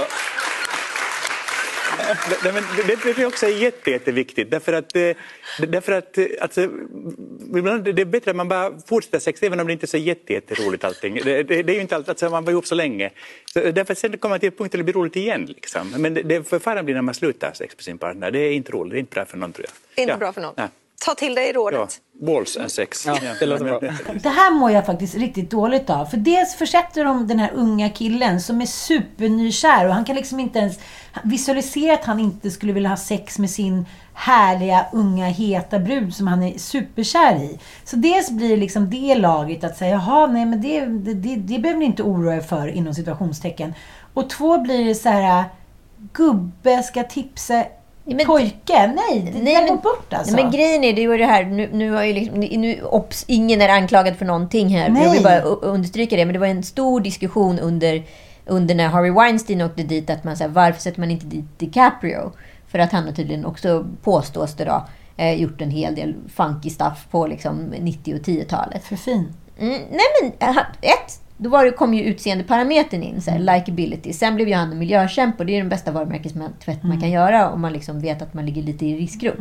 Det tror jag också är jätteviktigt. Därför att alltså, det är bättre att man bara fortsätter sex även om det inte är så jätteroligt allting. Det är ju inte alltid att man var ihop så länge. Så därför sen kommer man till ett punkt där det blir roligt igen. Liksom. Men det förfaran blir när man slutar sex på sin partner. Det är inte roligt, det är inte bra för någon, tror jag. Inte bra för någon. Nej. Ta till dig rådet. Ja, balls and sex. Ja, det låter bra. Det här mår jag faktiskt riktigt dåligt av. För dels försätter de den här unga killen som är supernykär. Och han kan liksom inte ens visualisera att han inte skulle vilja ha sex med sin härliga, unga, heta brud som han är superkär i. Så dels blir liksom det laget att säga, jaha, nej men det behöver ni inte oroa er för inom situationstecken. Och 2 blir det så här, gubbe ska tipsa pojke, nej går bort alltså. Men grejen är, det är ju det här, nu var ju liksom, ingen är anklagad för någonting här. Nej. Jag vill bara understryka det, men det var en stor diskussion under när Harvey Weinstein åkte dit, att man säger, varför sätter man inte dit DiCaprio? För att han har tydligen också, påstås det då, gjort en hel del funky stuff på liksom 90- och 10-talet. För fin. Nej men, då kom ju utseendeparametern in, så här, likability. Sen blev ju han en miljökämpe, och det är den bästa varumärkestvätt man kan göra om man liksom vet att man ligger lite i riskgrupp.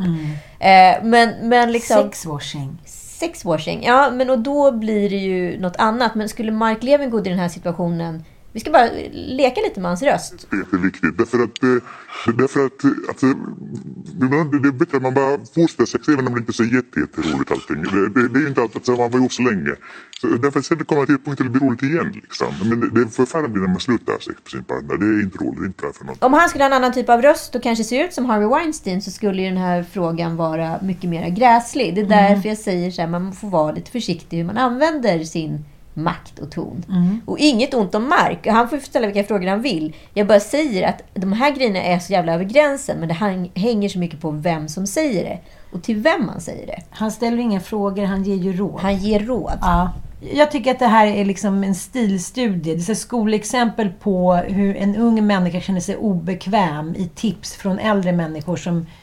Men liksom... Sexwashing, ja, men och då blir det ju något annat. Men skulle Mark Levengood i den här situationen... Vi ska bara leka lite med hans röst. Det är viktigt, därför att alltså, det är bättre att man bara fortsätter sex även om det inte är så jätteroligt allting. Det är ju inte alltid att man var ihop så länge. Så därför sen kommer man till ett punkt där det blir roligt igen. Liksom. Men det är förfärligt när man slutar sex på sin partner. Det är inte roligt, det är inte bra för någon. Om han skulle ha en annan typ av röst och kanske se ut som Harvey Weinstein, så skulle ju den här frågan vara mycket mer gräslig. Det är därför jag säger så här, man får vara lite försiktig hur man använder sin makt och ton. Och inget ont om Mark. Han får ställa vilka frågor han vill. Jag bara säger att de här grejerna är så jävla över gränsen, men det hänger så mycket på vem som säger det och till vem man säger det. Han ställer inga frågor, han ger ju råd. Han ger råd. Ja. Jag tycker att det här är liksom en stilstudie. Det är ett skolexempel på hur en ung människa känner sig obekväm i tips från äldre människor som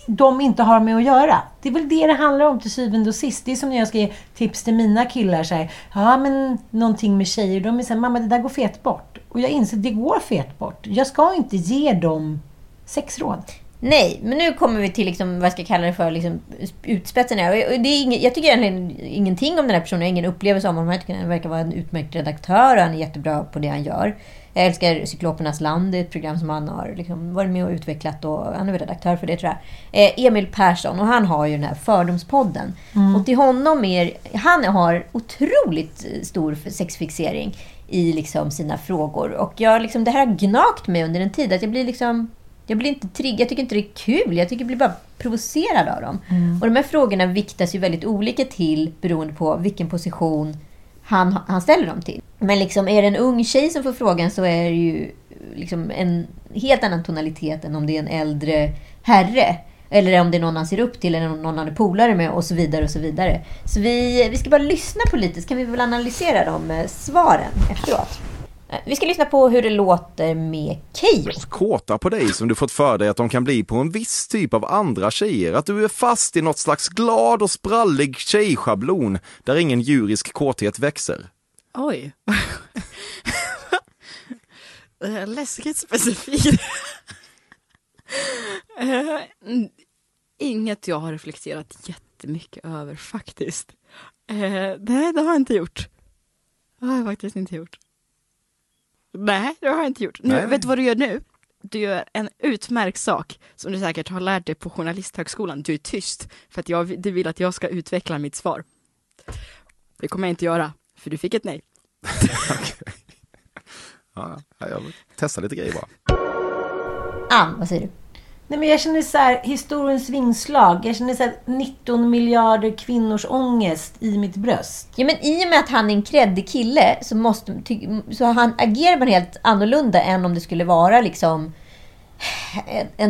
de inte har med att göra. Det är väl det handlar om till syvende och sist. Det är som när jag ska ge tips till mina killar. Så här, ja, men någonting med tjejer. De är så här, mamma, det där går fet bort. Och jag inser att det går fet bort. Jag ska inte ge dem sexråd. Nej, men nu kommer vi till liksom, vad jag ska kalla det för, liksom, utspetsen här. Och det är jag tycker egentligen ingenting om den här personen. Jag har ingen upplevelse om honom. Jag tycker han verkar vara en utmärkt redaktör och han är jättebra på det han gör. Jag älskar Cyklopernas land, det är ett program som han har liksom varit med och utvecklat och han är väl redaktör för det, tror jag. Emil Persson, och han har ju den här Fördomspodden. Och till honom han har otroligt stor sexfixering i liksom sina frågor. Och jag liksom, det här har gnagt mig under en tid att jag blir inte trigg, jag tycker inte det är kul. Jag tycker jag blir bara provocerad av dem. Och de här frågorna viktas ju väldigt olika till beroende på vilken position han ställer dem till. Men liksom, är det en ung tjej som får frågan så är det ju liksom en helt annan tonalitet än om det är en äldre herre. Eller om det är någon han ser upp till eller någon han är polare med och så vidare och så vidare. Så vi ska bara lyssna på lite, så kan vi väl analysera de svaren efteråt. Vi ska lyssna på hur det låter med Keyyo. Kåta på dig som du fått för dig att de kan bli på en viss typ av andra tjejer. Att du är fast i något slags glad och sprallig tjejschablon där ingen djurisk kåthet växer. Oj. Läskigt specifikt. Inget jag har reflekterat jättemycket över faktiskt. Nej, det har jag inte gjort. Det har jag faktiskt inte gjort. Nej, det har jag inte gjort. Nu, vet du vad du gör nu? Du gör en utmärkt sak som du säkert har lärt dig på journalisthögskolan. Du är tyst för att du vill att jag ska utveckla mitt svar. Det kommer jag inte göra, för du fick ett nej. Okay. Ja, jag testar lite grejer bara. Vad säger du? Nej, men jag känner så här, historiens vingslag. Jag känner så här 19 miljarder kvinnors ångest i mitt bröst. Ja, men i och med att han är en kreddig kille så han agerar man helt annorlunda än om det skulle vara liksom en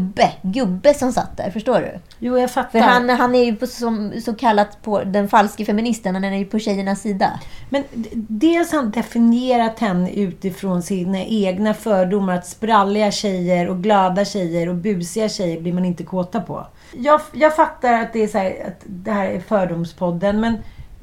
gubbe som satt där, förstår du? Jo, jag fattar. För han är ju så kallat på den falske feministen, han är ju på tjejernas sida. Men dels har han definierat henne utifrån sina egna fördomar, att spralliga tjejer och glada tjejer och busiga tjejer blir man inte kåta på. Jag fattar att det är så här, att det här är fördomspodden, men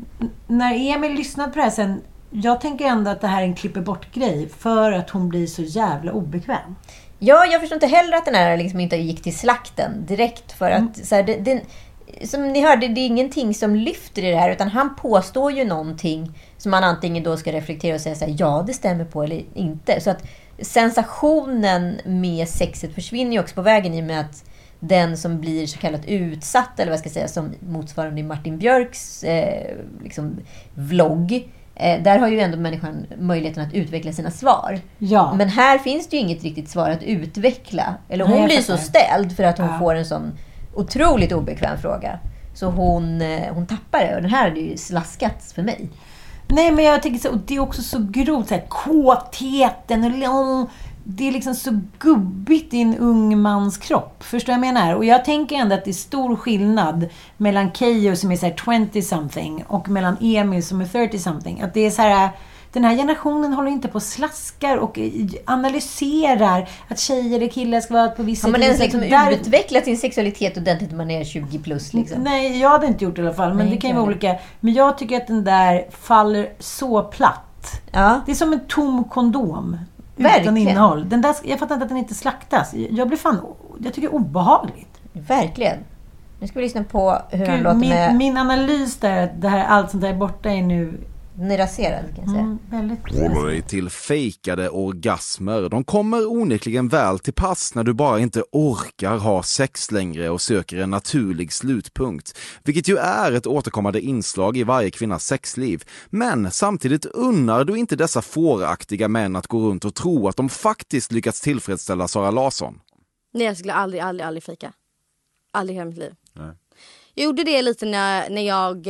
när Emil lyssnat på det här sen, jag tänker ändå att det här är en klipper bort grej för att hon blir så jävla obekväm. Ja, jag förstår inte heller att den här liksom inte gick till slakten direkt för att så här, som ni hörde, det är ingenting som lyfter i det här, utan han påstår ju någonting som man antingen då ska reflektera och säga så här, ja, det stämmer på eller inte. Så att sensationen med sexet försvinner ju också på vägen i och med att den som blir så kallat utsatt, eller vad ska jag säga, som motsvarande Martin Björks liksom vlogg, där har ju ändå människan möjligheten att utveckla sina svar. Ja. Men här finns det ju inget riktigt svar att utveckla. Eller hon blir så ställd för att hon får en sån otroligt obekväm fråga. Så hon tappar det. Och den här hade ju slaskats för mig. Nej, men jag tänker så, och det är också så grovt så här, kåtheten och det är liksom så gubbigt i en ung mans kropp. Förstår jag menar? Och jag tänker ändå att det är stor skillnad mellan Keyyo som är så här 20-something och mellan Emil som är 30-something. Att det är så här, den här generationen håller inte på och slaskar och analyserar att tjejer och killar ska vara på vissa... Har man ens liksom utvecklat sin sexualitet ordentligt när man är 20 plus? Liksom? Nej, jag hade inte gjort det i alla fall. Men nej, det kan ju vara olika. Men jag tycker att den där faller så platt. Ja. Det är som en tom kondom. Utan innehåll. Den där, jag fattar inte att den inte slaktas. Jag tycker det är obehagligt. Verkligen. Nu ska vi lyssna på hur han låter med... Min analys där, att det här, allt sånt där borta är nu... Den är raserad, kan jag säga. Väldigt. Håller dig till fejkade orgasmer. De kommer onekligen väl till pass när du bara inte orkar ha sex längre och söker en naturlig slutpunkt. Vilket ju är ett återkommande inslag i varje kvinnas sexliv. Men samtidigt unnar du inte dessa fåraktiga män att gå runt och tro att de faktiskt lyckats tillfredsställa Sara Larsson. Nej, jag skulle aldrig fejka. Aldrig i hela mitt liv. Nej. Jag gjorde det lite när jag...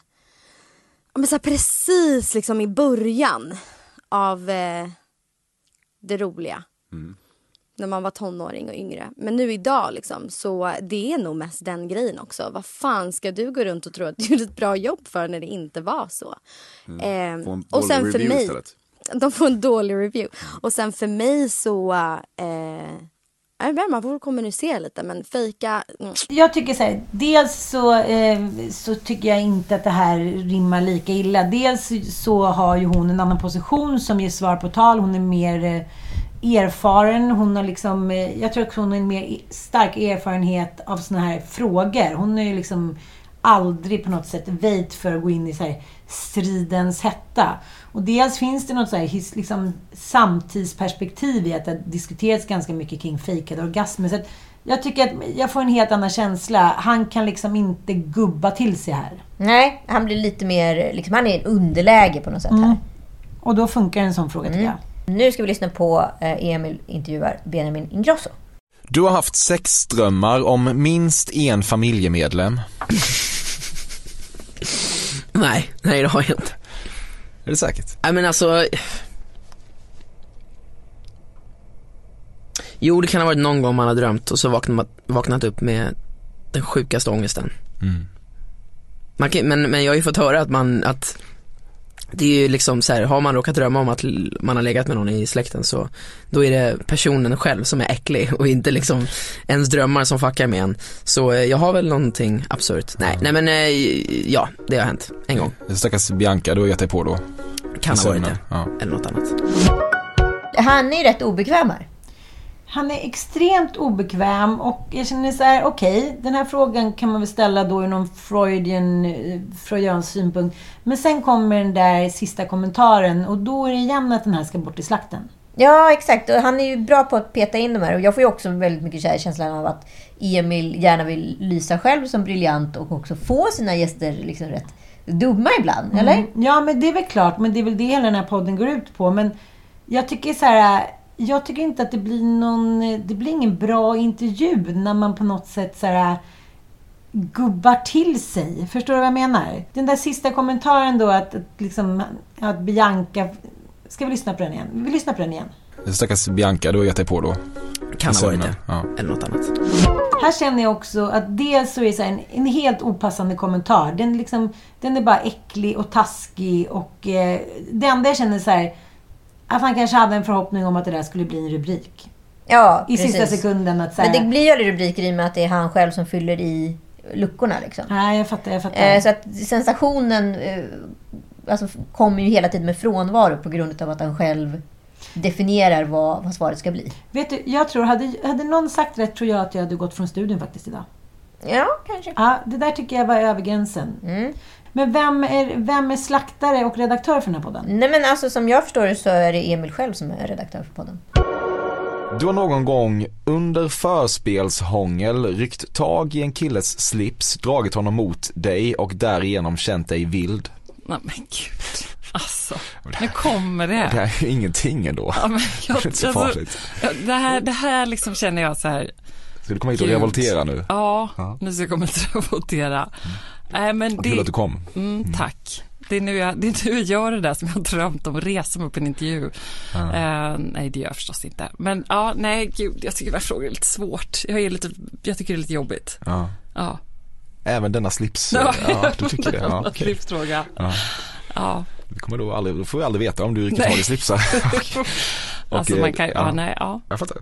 Men så här, precis liksom i början av det roliga. När man var tonåring och yngre. Men nu idag liksom, så det är nog mest den grejen också. Vad fan ska du gå runt och tro att du gjorde ett bra jobb för när det inte var så? Och sen för mig... De får en dålig review. Och sen för mig så... Man får kommunicera lite, men fejka... Jag tycker så här, dels så tycker jag inte att det här rimmar lika illa. Dels så har ju hon en annan position som ger svar på tal. Hon är mer erfaren. Hon har liksom, jag tror att hon har en mer stark erfarenhet av såna här frågor. Hon är ju liksom aldrig på något sätt väjt för att gå in i så här stridens hetta. Och dels finns det något så här liksom samtidsperspektiv i att det diskuterats ganska mycket kring fejkade orgasmer. Så att jag tycker att jag får en helt annan känsla. Han kan liksom inte gubba till sig här. Nej, han blir lite mer, liksom, han är i underläge på något sätt här. Och då funkar en sån fråga tycker jag. Nu ska vi lyssna på Emil intervjuar Benjamin Ingrosso. Du har haft sexdrömmar om minst en familjemedlem. Nej, det har jag inte. Är det säkert? Nej, men alltså... Jo, det kan ha varit någon gång man har drömt och så vaknat upp med den sjukaste ångesten. Men jag har ju fått höra att det är ju liksom så här, har man råkat drömma om att man har legat med någon i släkten, så då är det personen själv som är äcklig och inte liksom ens drömmar som fuckar med en. Så jag har väl någonting absurt. Nej men ja, det har hänt en gång. Stackars Bianca, du har gett dig på då. Kan ha varit det. Ja. Eller något annat. Han är ju rätt obekväm här. Han är extremt obekväm och jag känner så här, okej, den här frågan kan man väl ställa då i någon freudians synpunkt. Men sen kommer den där sista kommentaren och då är det igen att den här ska bort i slakten. Ja, exakt. Och han är ju bra på att peta in de här. Och jag får ju också väldigt mycket känslan av att Emil gärna vill lysa själv som briljant och också få sina gäster liksom rätt dumma ibland, eller? Ja, men det är väl klart. Men det är väl det hela den här podden går ut på. Men jag tycker så här... Jag tycker inte att det blir ingen bra intervju när man på något sätt så här gubbar till sig. Förstår du vad jag menar? Den där sista kommentaren då att Bianca... Ska vi lyssna på den igen? Vi lyssnar på den igen. Stackars Bianca, du har gett dig på då. Kan ha varit det. Ja. Eller något annat. Här känner jag också att dels så är det så här en helt opassande kommentar. Den är bara äcklig och taskig och det enda jag känner så här... Att han kanske hade en förhoppning om att det där skulle bli en rubrik. Ja, i sista sekunden. Att men det blir ju aldrig rubriker i och med att det är han själv som fyller i luckorna. Liksom. Nej, jag fattar. Så att sensationen kommer ju hela tiden med frånvaro på grund av att han själv definierar vad svaret ska bli. Vet du, jag tror, hade någon sagt rätt tror jag att jag hade gått från studion faktiskt idag. Ja, kanske. Ja, det där tycker jag var över gränsen. Men vem är slaktare och redaktör för den här podden? Nej, men alltså som jag förstår det så är det Emil själv som är redaktör för podden. Du har någon gång under förspelshångel ryckt tag i en killes slips, dragit honom mot dig och därigenom känt dig vild. Nej men gud, alltså, nu kommer det. Det här är ingenting ändå. Ja, men det är inte så farligt. Det här liksom känner jag så här. Ska du komma hit och revoltera nu? Ja, nu ska jag komma hit och revoltera. Nej, men kul att du kom. Tack. Det är nu jag gör det där som jag har drömt om, resa mig upp en intervju. Nej, det gör jag förstås inte. Men ja, nej, gud, jag tycker den här frågan är lite svårt. Jag tycker det är lite jobbigt. Ja. Även denna slips. Ja, du tycker det. Ja, okay. Slipsfråga. Ja. Vi kommer då får vi aldrig veta om du riktigt har i slipsar. Alltså man kan ju, Jag fattar.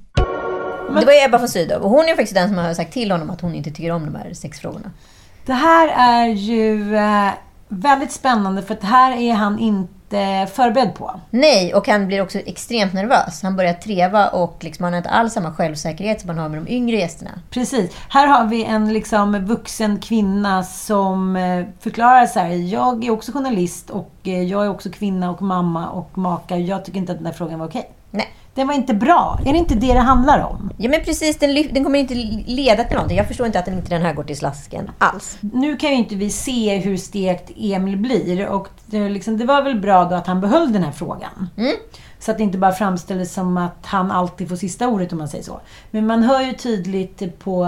Det var Ebba von Sydow och hon är faktiskt den som har sagt till honom att hon inte tycker om de här sexfrågorna. Det här är ju väldigt spännande för att här är han inte förberedd på. Nej, och han blir också extremt nervös. Han börjar treva och liksom, han har inte alls samma självsäkerhet som man har med de yngre gästerna. Precis. Här har vi en liksom vuxen kvinna som förklarar så här: jag är också journalist och jag är också kvinna och mamma och maka. Jag tycker inte att den där frågan var okej. Nej. Den var inte bra. Är det inte det handlar om? Ja, men precis. Den kommer inte leda till någonting. Jag förstår inte att den här går till slasken alls. Nu kan ju inte vi se hur stekt Emil blir. Och det var väl bra då att han behöll den här frågan. Så att det inte bara framställdes som att han alltid får sista ordet, om man säger så. Men man hör ju tydligt på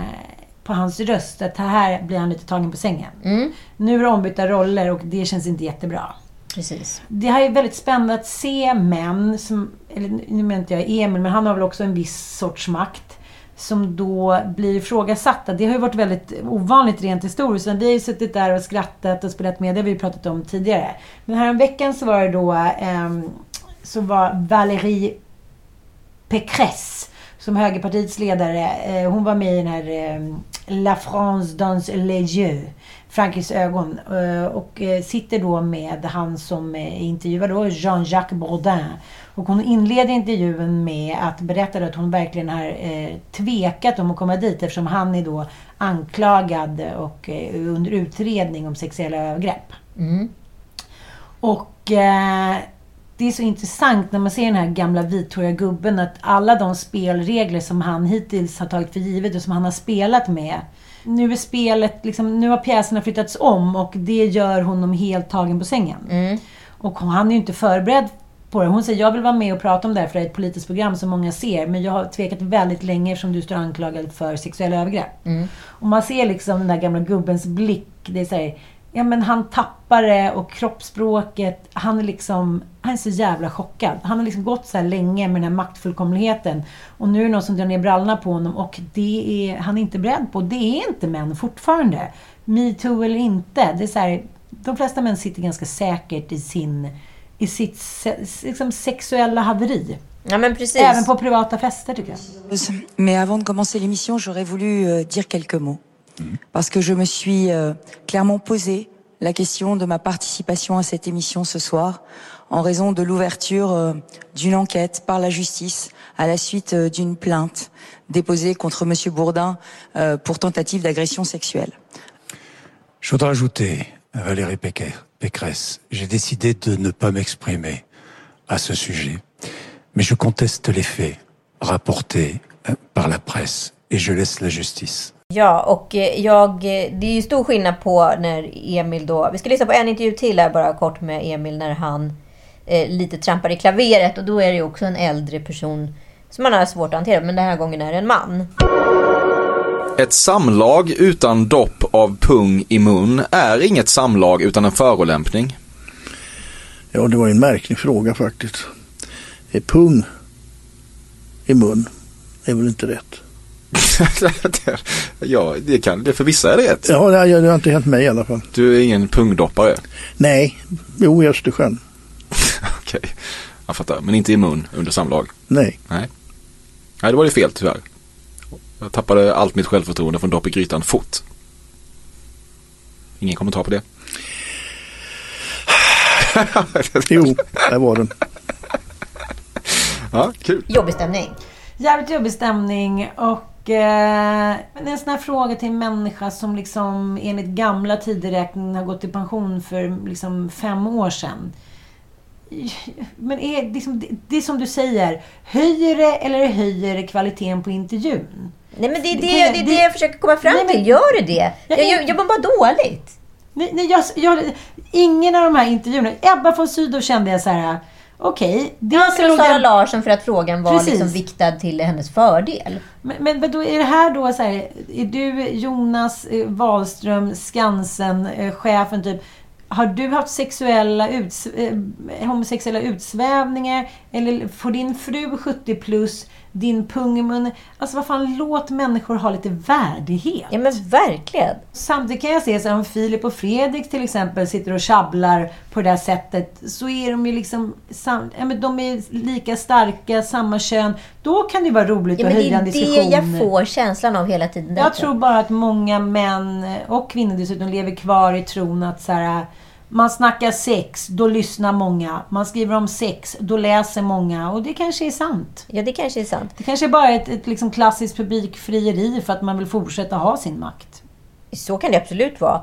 hans röst att här blir han lite tagen på sängen. Nu är det ombytta roller och det känns inte jättebra. Precis. Det här är väldigt spännande att se män som, eller nu menar inte jag Emil, men han har väl också en viss sorts makt som då blir ifrågasatta. Det har ju varit väldigt ovanligt rent historiskt. Vi har ju suttit där och skrattat och spelat med, det har vi pratat om tidigare. Men här en veckan så var det då så var Valérie Pécresse som högerpartiets ledare. Hon var med i den här La France dans les yeux, Frankrikes ögon, och sitter då med han som intervjuar då, Jean-Jacques Bourdin. Och hon inleder intervjun med att berätta att hon verkligen har tvekat om att komma dit eftersom han är då anklagad och under utredning om sexuella övergrepp. Och det är så intressant när man ser den här gamla vithåriga gubben att alla de spelregler som han hittills har tagit för givet och som han har spelat med, nu är spelet liksom, nu har pjäserna flyttats om och det gör honom helt tagen på sängen. Och han är ju inte förberedd på det. Hon säger, jag vill vara med och prata om det här för det är ett politiskt program som många ser, men jag har tvekat väldigt länge eftersom du står anklagad för sexuella övergrepp. Och man ser liksom den där gamla gubbens blick, det är så här, ja men han tappar det och kroppsspråket, han är så jävla chockad. Han har liksom gått så här länge med den här maktfullkomligheten och nu är det någon som drar ner brallorna på honom och det är han inte beredd på. Det är inte män fortfarande. Me too eller inte. Det är så här, de flesta män sitter ganska säkert i sitt liksom sexuella haveri. Ja, men precis. Även på privata fester tycker jag. Mais avant de commencer l'émission, j'aurais voulu dire quelques mots. Parce que je me suis clairement posé la question de ma participation à cette émission ce soir en raison de l'ouverture d'une enquête par la justice à la suite d'une plainte déposée contre Monsieur Bourdin pour tentative d'agression sexuelle. Je voudrais ajouter à Valérie Pécresse, j'ai décidé de ne pas m'exprimer à ce sujet, mais je conteste les faits rapportés par la presse et je laisse la justice. Ja, och det är ju stor skillnad på när Emil då... Vi ska lyssna på en intervju till här bara kort med Emil när han lite trampar i klaveret. Och då är det ju också en äldre person som man har svårt att hantera, men den här gången är det en man. Ett samlag utan dopp av pung i mun är inget samlag utan en förolämpning. Ja, det var en märklig fråga faktiskt. Är pung i mun är väl inte rätt? Ja, det för vissa är det rätt. Ja, det har inte hänt mig i alla fall. Du är ingen pungdoppare? Nej, i Östersjön. Okej, jag fattar. Men inte i mun under samlag? Nej. Nej, det var ju fel tyvärr. Jag tappade allt mitt självförtroende från dopp i grytan fort. Ingen kommentar på det? Jo, där var den. Ja, kul. Jobbig stämning. Jävligt jobbig stämning och en sån här fråga till en människa som liksom enligt gamla tideräkningen har gått i pension för liksom 5 år sedan. Men det är som du säger, höjer det eller höjer det kvaliteten på intervjun? Nej, men det är det jag försöker komma fram till. Gör du det? Jag mår bara dåligt. Nej, ingen av de här intervjuerna. Ebba von Sydow kände jag så här. Okej. Sara Larsson för att frågan var liksom viktad till hennes fördel. Men då är det här då så här, är du Jonas Wahlström, Skansen, chefen typ, har du haft homosexuella utsvävningar eller får din fru 70 plus din pungmun, alltså vad fan, låt människor ha lite värdighet. Ja men verkligen. Samtidigt kan jag se så om Filip och Fredrik till exempel sitter och tjabblar på det här sättet, så är de ju liksom de är lika starka, samma kön, då kan det vara roligt att höja en diskussion. Det jag får känslan av hela tiden. Jag tror bara att många män och kvinnor dessutom lever kvar i tron att så här, man snackar sex, då lyssnar många. Man skriver om sex, då läser många. Och det kanske är sant. Ja, det kanske är sant. Det kanske är bara ett liksom klassiskt publikfrieri för att man vill fortsätta ha sin makt. Så kan det absolut vara.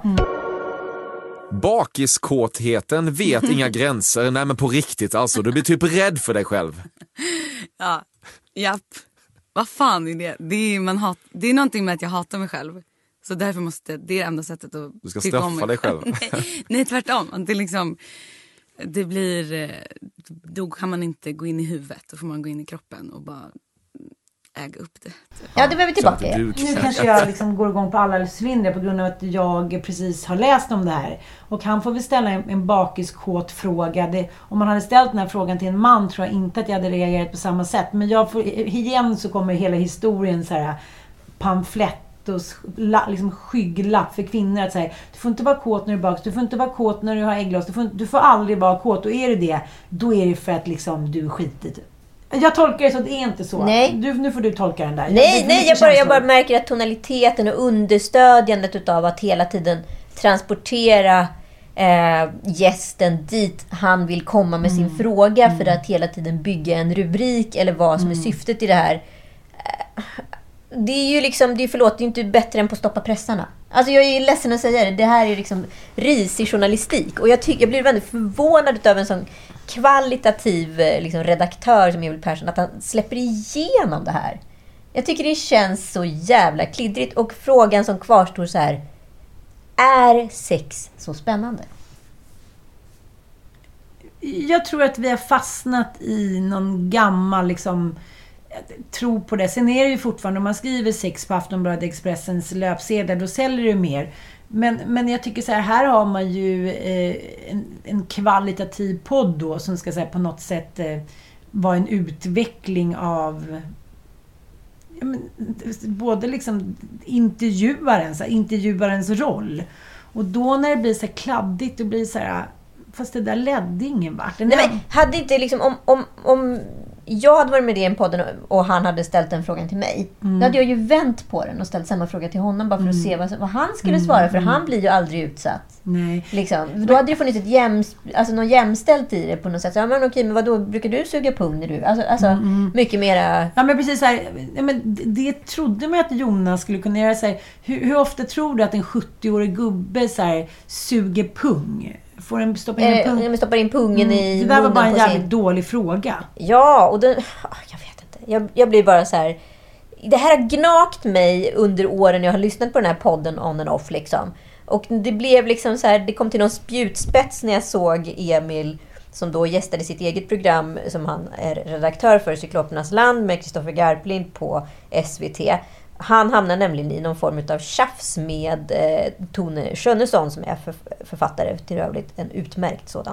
Bakiskåtheten vet inga gränser. Nej men på riktigt alltså, du blir typ rädd för dig själv. Ja, japp. Vad fan är det? Det är någonting med att jag hatar mig själv. Så därför måste det enda sättet att du ska straffa dig själv. Nej, tvärtom. Det blir, då kan man inte gå in i huvudet. Då får man gå in i kroppen och bara äga upp det. Ja, det behöver tillbaka. Nu kanske jag liksom går igång på alla cylindrar på grund av att jag precis har läst om det här. Och han får väl ställa en bakiskåt fråga. Om man hade ställt den här frågan till en man tror jag inte att jag hade reagerat på samma sätt. Men igen så kommer hela historien så här pamflett och liksom skygglapp för kvinnor att säga, du får inte vara kåt när du bakar, du får inte vara kåt när du har äggloss, du får aldrig vara kåt, och är det, då är det för att liksom du är skitigt. Jag tolkar det så att det är inte så. Nej. Nu får du tolka den där. Jag bara märker att tonaliteten och understödjandet utav att hela tiden transportera gästen dit han vill komma med sin fråga för att hela tiden bygga en rubrik eller vad som är syftet i det här. Det är ju liksom, det är inte bättre än på Stoppa pressarna. Alltså jag är ledsen att säga det. Det här är liksom risig journalistik. Och jag blir väldigt förvånad av en sån kvalitativ liksom, redaktör som Emil Persson, att han släpper igenom det här. Jag tycker det känns så jävla kliddrigt. Och frågan som kvarstår så här: är sex så spännande? Jag tror att vi har fastnat i någon gammal liksom, tro på det. Sen är det ju fortfarande, om man skriver sex på Aftonbladet Expressens löpsedlar, då säljer det mer. Men jag tycker så här har man ju en kvalitativ podd då, som ska säga på något sätt vara en utveckling av både liksom intervjuarens roll. Och då när det blir så här kladdigt, då blir det så här, fast det där ledde ingen vart. Nej, men hade inte liksom om jag hade varit med i en podden och han hade ställt den frågan till mig, då hade jag ju vänt på den och ställt samma fråga till honom bara för att se vad han skulle svara, för han blir ju aldrig utsatt. Nej. Liksom. Då hade det funnits någon jämställt i det på något sätt. Ja, men okej, men vadå, brukar du suga pung när du? Alltså mycket mera... Ja, men precis så här, men det trodde man att Jonas skulle kunna göra. Så här, hur ofta tror du att en 70-årig gubbe så här, suger pung? Får en stoppa in en pung? Stoppar in pungen i munnen. Det där var bara en jävligt dålig fråga. Ja, och jag vet inte. Jag blir bara så här... Det här har gnagt mig under åren jag har lyssnat på den här podden on and off liksom. Och det blev liksom så här, det kom till någon spjutspets när jag såg Emil som då gästade sitt eget program som han är redaktör för, Cyklopernas land, med Kristoffer Garplind på SVT. Han hamnar nämligen i någon form av tjafs med Tone Schönnesson som är författare, till övrigt en utmärkt sådan.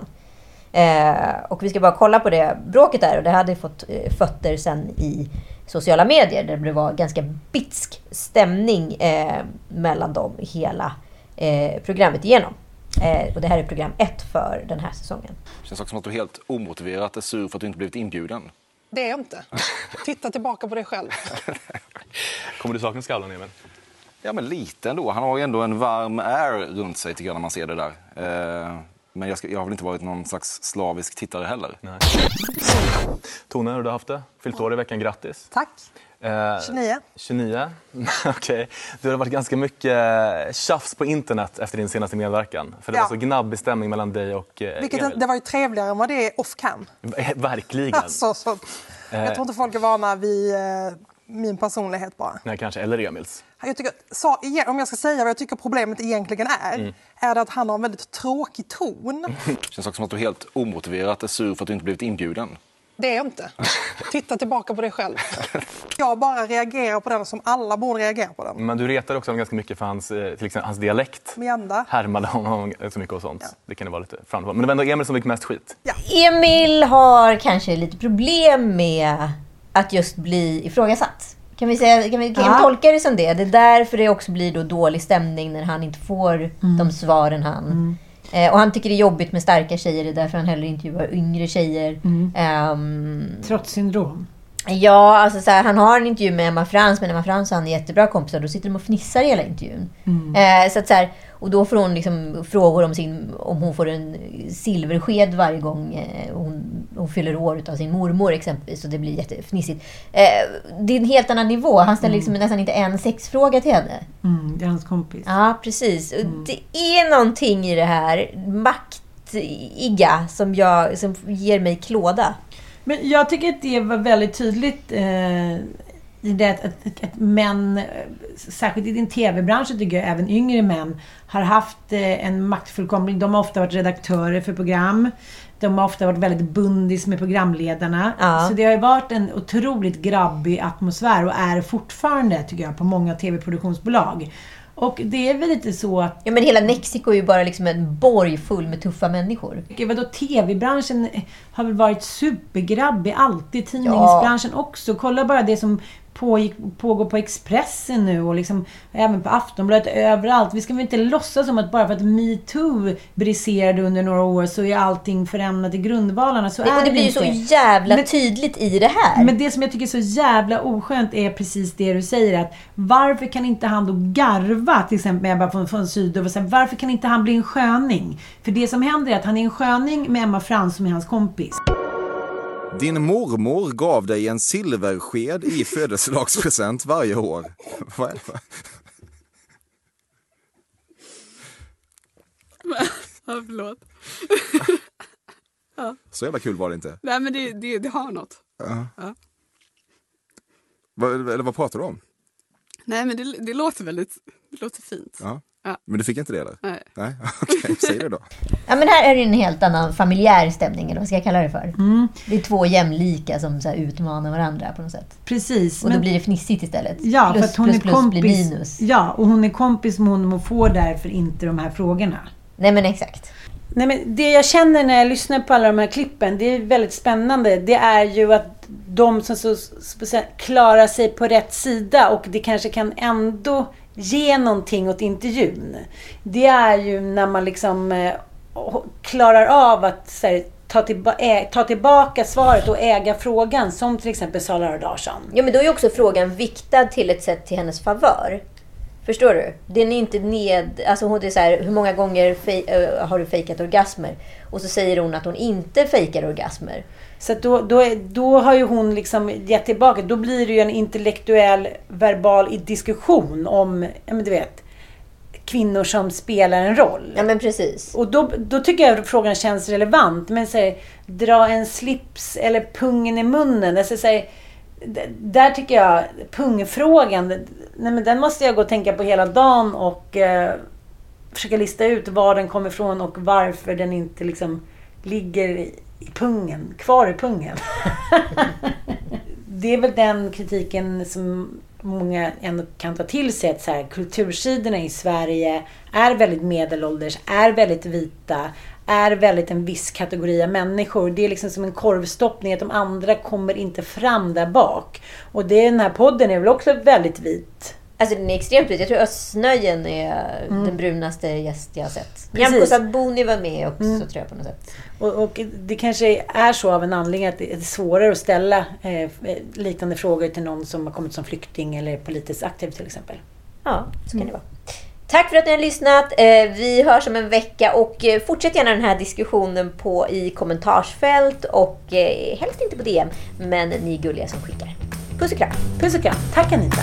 Och vi ska bara kolla på det bråket där, och det hade fått fötter sen i sociala medier där det var ganska bitsk stämning mellan dem hela programmet igenom. Och det här är program 1 för den här säsongen. Det känns också som att du helt omotiverat är sur för att du inte blivit inbjuden. Det är jag inte. Titta tillbaka på dig själv. Kommer du sakna Skavlan, Emil? Ja, men lite ändå. Han har ju ändå en varm air runt sig, tycker jag, när man ser det där. Men jag har väl inte varit någon slags slavisk tittare heller. Nej. Tone, hur har du haft det? Fyllt år i veckan, grattis. Tack. 29. 29? Okej. Det har varit ganska mycket tjafs på internet efter din senaste medverkan. För det var så gnabbig stämning mellan dig och Emil. Det var ju trevligare än vad det är off-cam. Verkligen. Alltså, jag tror inte folk är vana vid min personlighet bara. Nej, kanske. Eller Emils. Jag tycker, om jag ska säga vad jag tycker problemet egentligen är det att han har en väldigt tråkig ton. Det känns också som att du helt omotiverat är sur för att du inte blivit inbjuden. Det är jag inte. Titta tillbaka på dig själv. Jag bara reagerar på den som alla borde reagera på den. Men du retar också ganska mycket för till exempel hans dialekt. Mjanda. Härmade honom så mycket och sånt. Ja. Det kan det vara lite framför. Men det var ändå Emil som fick mest skit. Ja. Emil har kanske lite problem med att just bli ifrågasatt. Kan vi tolka det som det? Det är därför det också blir då dålig stämning när han inte får de svaren han... Och han tycker det är jobbigt med starka tjejer, det är därför han heller intervjuar yngre tjejer. Trots syndrom. Ja, alltså så här, han har en intervju med Emma Frans, men Emma Frans och han är jättebra kompisar, då sitter de och fnissar hela intervjun. Så att så här, och då får hon liksom frågor om hon får en silversked varje gång hon fyller år av sin mormor exempelvis, och det blir jättefnissigt. Det är en helt annan nivå. Han ställer liksom nästan inte en sexfråga till henne. Det är hans kompis. Ja, precis. Det är någonting i det här maktiga som ger mig klåda. Men jag tycker att det var väldigt tydligt i det att män, särskilt i din tv-bransch tycker jag, även yngre män har haft en maktfullkomlig. De har ofta varit redaktörer för program. De har ofta varit väldigt bundis med programledarna. Ja. Så det har ju varit en otroligt grabbig atmosfär och är fortfarande, tycker jag, på många tv-produktionsbolag. Och det är väl lite så att... Ja, men hela Mexiko är ju bara liksom en borg full med tuffa människor. Vadå, tv-branschen har väl varit supergrabbig alltid, tidningsbranschen också. Kolla bara det som pågår på Expressen nu och liksom även på Aftonbladet överallt. Vi ska väl inte låtsas som att bara för att MeToo briserade under några år så är allting förändrat i grundvalarna. Så det blir ju så jävla tydligt i det här. Men det som jag tycker är så jävla oskönt är precis det du säger, att varför kan inte han då garva till exempel med Ebba från Sydow och sen, varför kan inte han bli en sköning? För det som händer är att han är en sköning med Emma Frans som är hans kompis. Din mormor gav dig en silversked i födelsedagspresent varje år. Vad är det för? Ja, förlåt. Ja. Så jävla kul var det inte. Nej, men det har något. Ja. Vad pratar du om? Nej, men det låter fint. Ja. Ja. Men du fick inte det eller? Nej. Okej, säg det då. Ja, men här är det en helt annan familjär stämning, eller vad ska jag kalla det för? Det är två jämlika som så här utmanar varandra på något sätt. Precis. Och då blir det fnissigt istället. Ja, plus, för att hon plus, är plus kompis. blir minus. Ja, och hon är kompis med honom och får därför inte de här frågorna. Nej, men exakt. Nej, men det jag känner när jag lyssnar på alla de här klippen, det är väldigt spännande. Det är ju att de som så klarar sig på rätt sida och det kanske kan ändå ge någonting åt intervjun. Det är ju när man liksom klarar av att så här, ta tillbaka svaret och äga frågan, som till exempel Sara Larsson. Ja, men då är ju också frågan viktad till ett sätt till hennes favör. Förstår du? Den är inte alltså hon är så här, hur många gånger har du fejkat orgasmer? Och så säger hon att hon inte fejkar orgasmer. Så att då har ju hon liksom gett tillbaka. Då blir det ju en intellektuell, verbal diskussion om, men du vet, kvinnor som spelar en roll. Ja, men precis. Och då tycker jag att frågan känns relevant. Men säg, dra en slips eller pungen i munnen. Alltså, säg, där tycker jag pungfrågan, nej, men den måste jag gå och tänka på hela dagen och försöka lista ut var den kommer ifrån och varför den inte liksom ligger i pungen, kvar i pungen. Det är väl den kritiken som många ändå kan ta till sig, att så här, kultursidorna i Sverige är väldigt medelålders, är väldigt vita, är väldigt en viss kategori av människor. Det är liksom som en korvstoppning, att de andra kommer inte fram där bak. Och den här podden är väl också väldigt vit. Alltså den är extremt vit. Jag tror att Snöjen är den brunaste gäst jag har sett. Nyamko Sabuni var med också, tror jag, på något sätt. Och det kanske är så av en anledning att det är svårare att ställa liknande frågor till någon som har kommit som flykting eller politiskt aktiv till exempel. Ja, så kan det vara. Tack för att ni har lyssnat. Vi hörs om en vecka och fortsätt gärna den här diskussionen i kommentarsfält och helst inte på DM, men ni är gulliga som skickar. Puss och kram. Puss och kram. Tack Anita.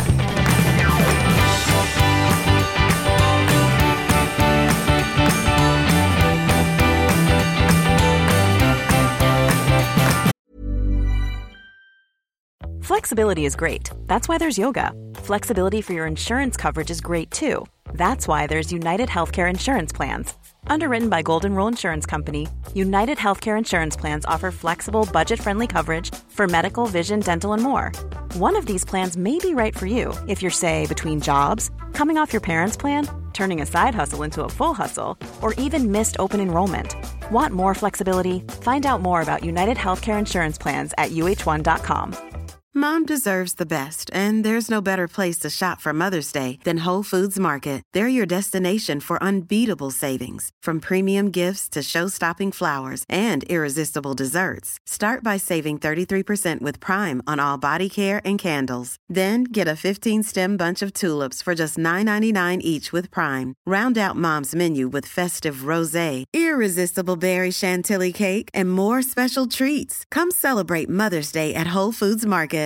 Flexibility is great. That's why there's yoga. Flexibility for your insurance coverage is great too. That's why there's United Healthcare Insurance Plans. Underwritten by Golden Rule Insurance Company, United Healthcare Insurance Plans offer flexible, budget-friendly coverage for medical, vision, dental, and more. One of these plans may be right for you if you're, say, between jobs, coming off your parents' plan, turning a side hustle into a full hustle, or even missed open enrollment. Want more flexibility? Find out more about United Healthcare Insurance Plans at uh1.com. Mom deserves the best, and there's no better place to shop for Mother's Day than Whole Foods Market. They're your destination for unbeatable savings, from premium gifts to show-stopping flowers and irresistible desserts. Start by saving 33% with Prime on all body care and candles. Then get a 15-stem bunch of tulips for just $9.99 each with Prime. Round out Mom's menu with festive rosé, irresistible berry chantilly cake, and more special treats. Come celebrate Mother's Day at Whole Foods Market.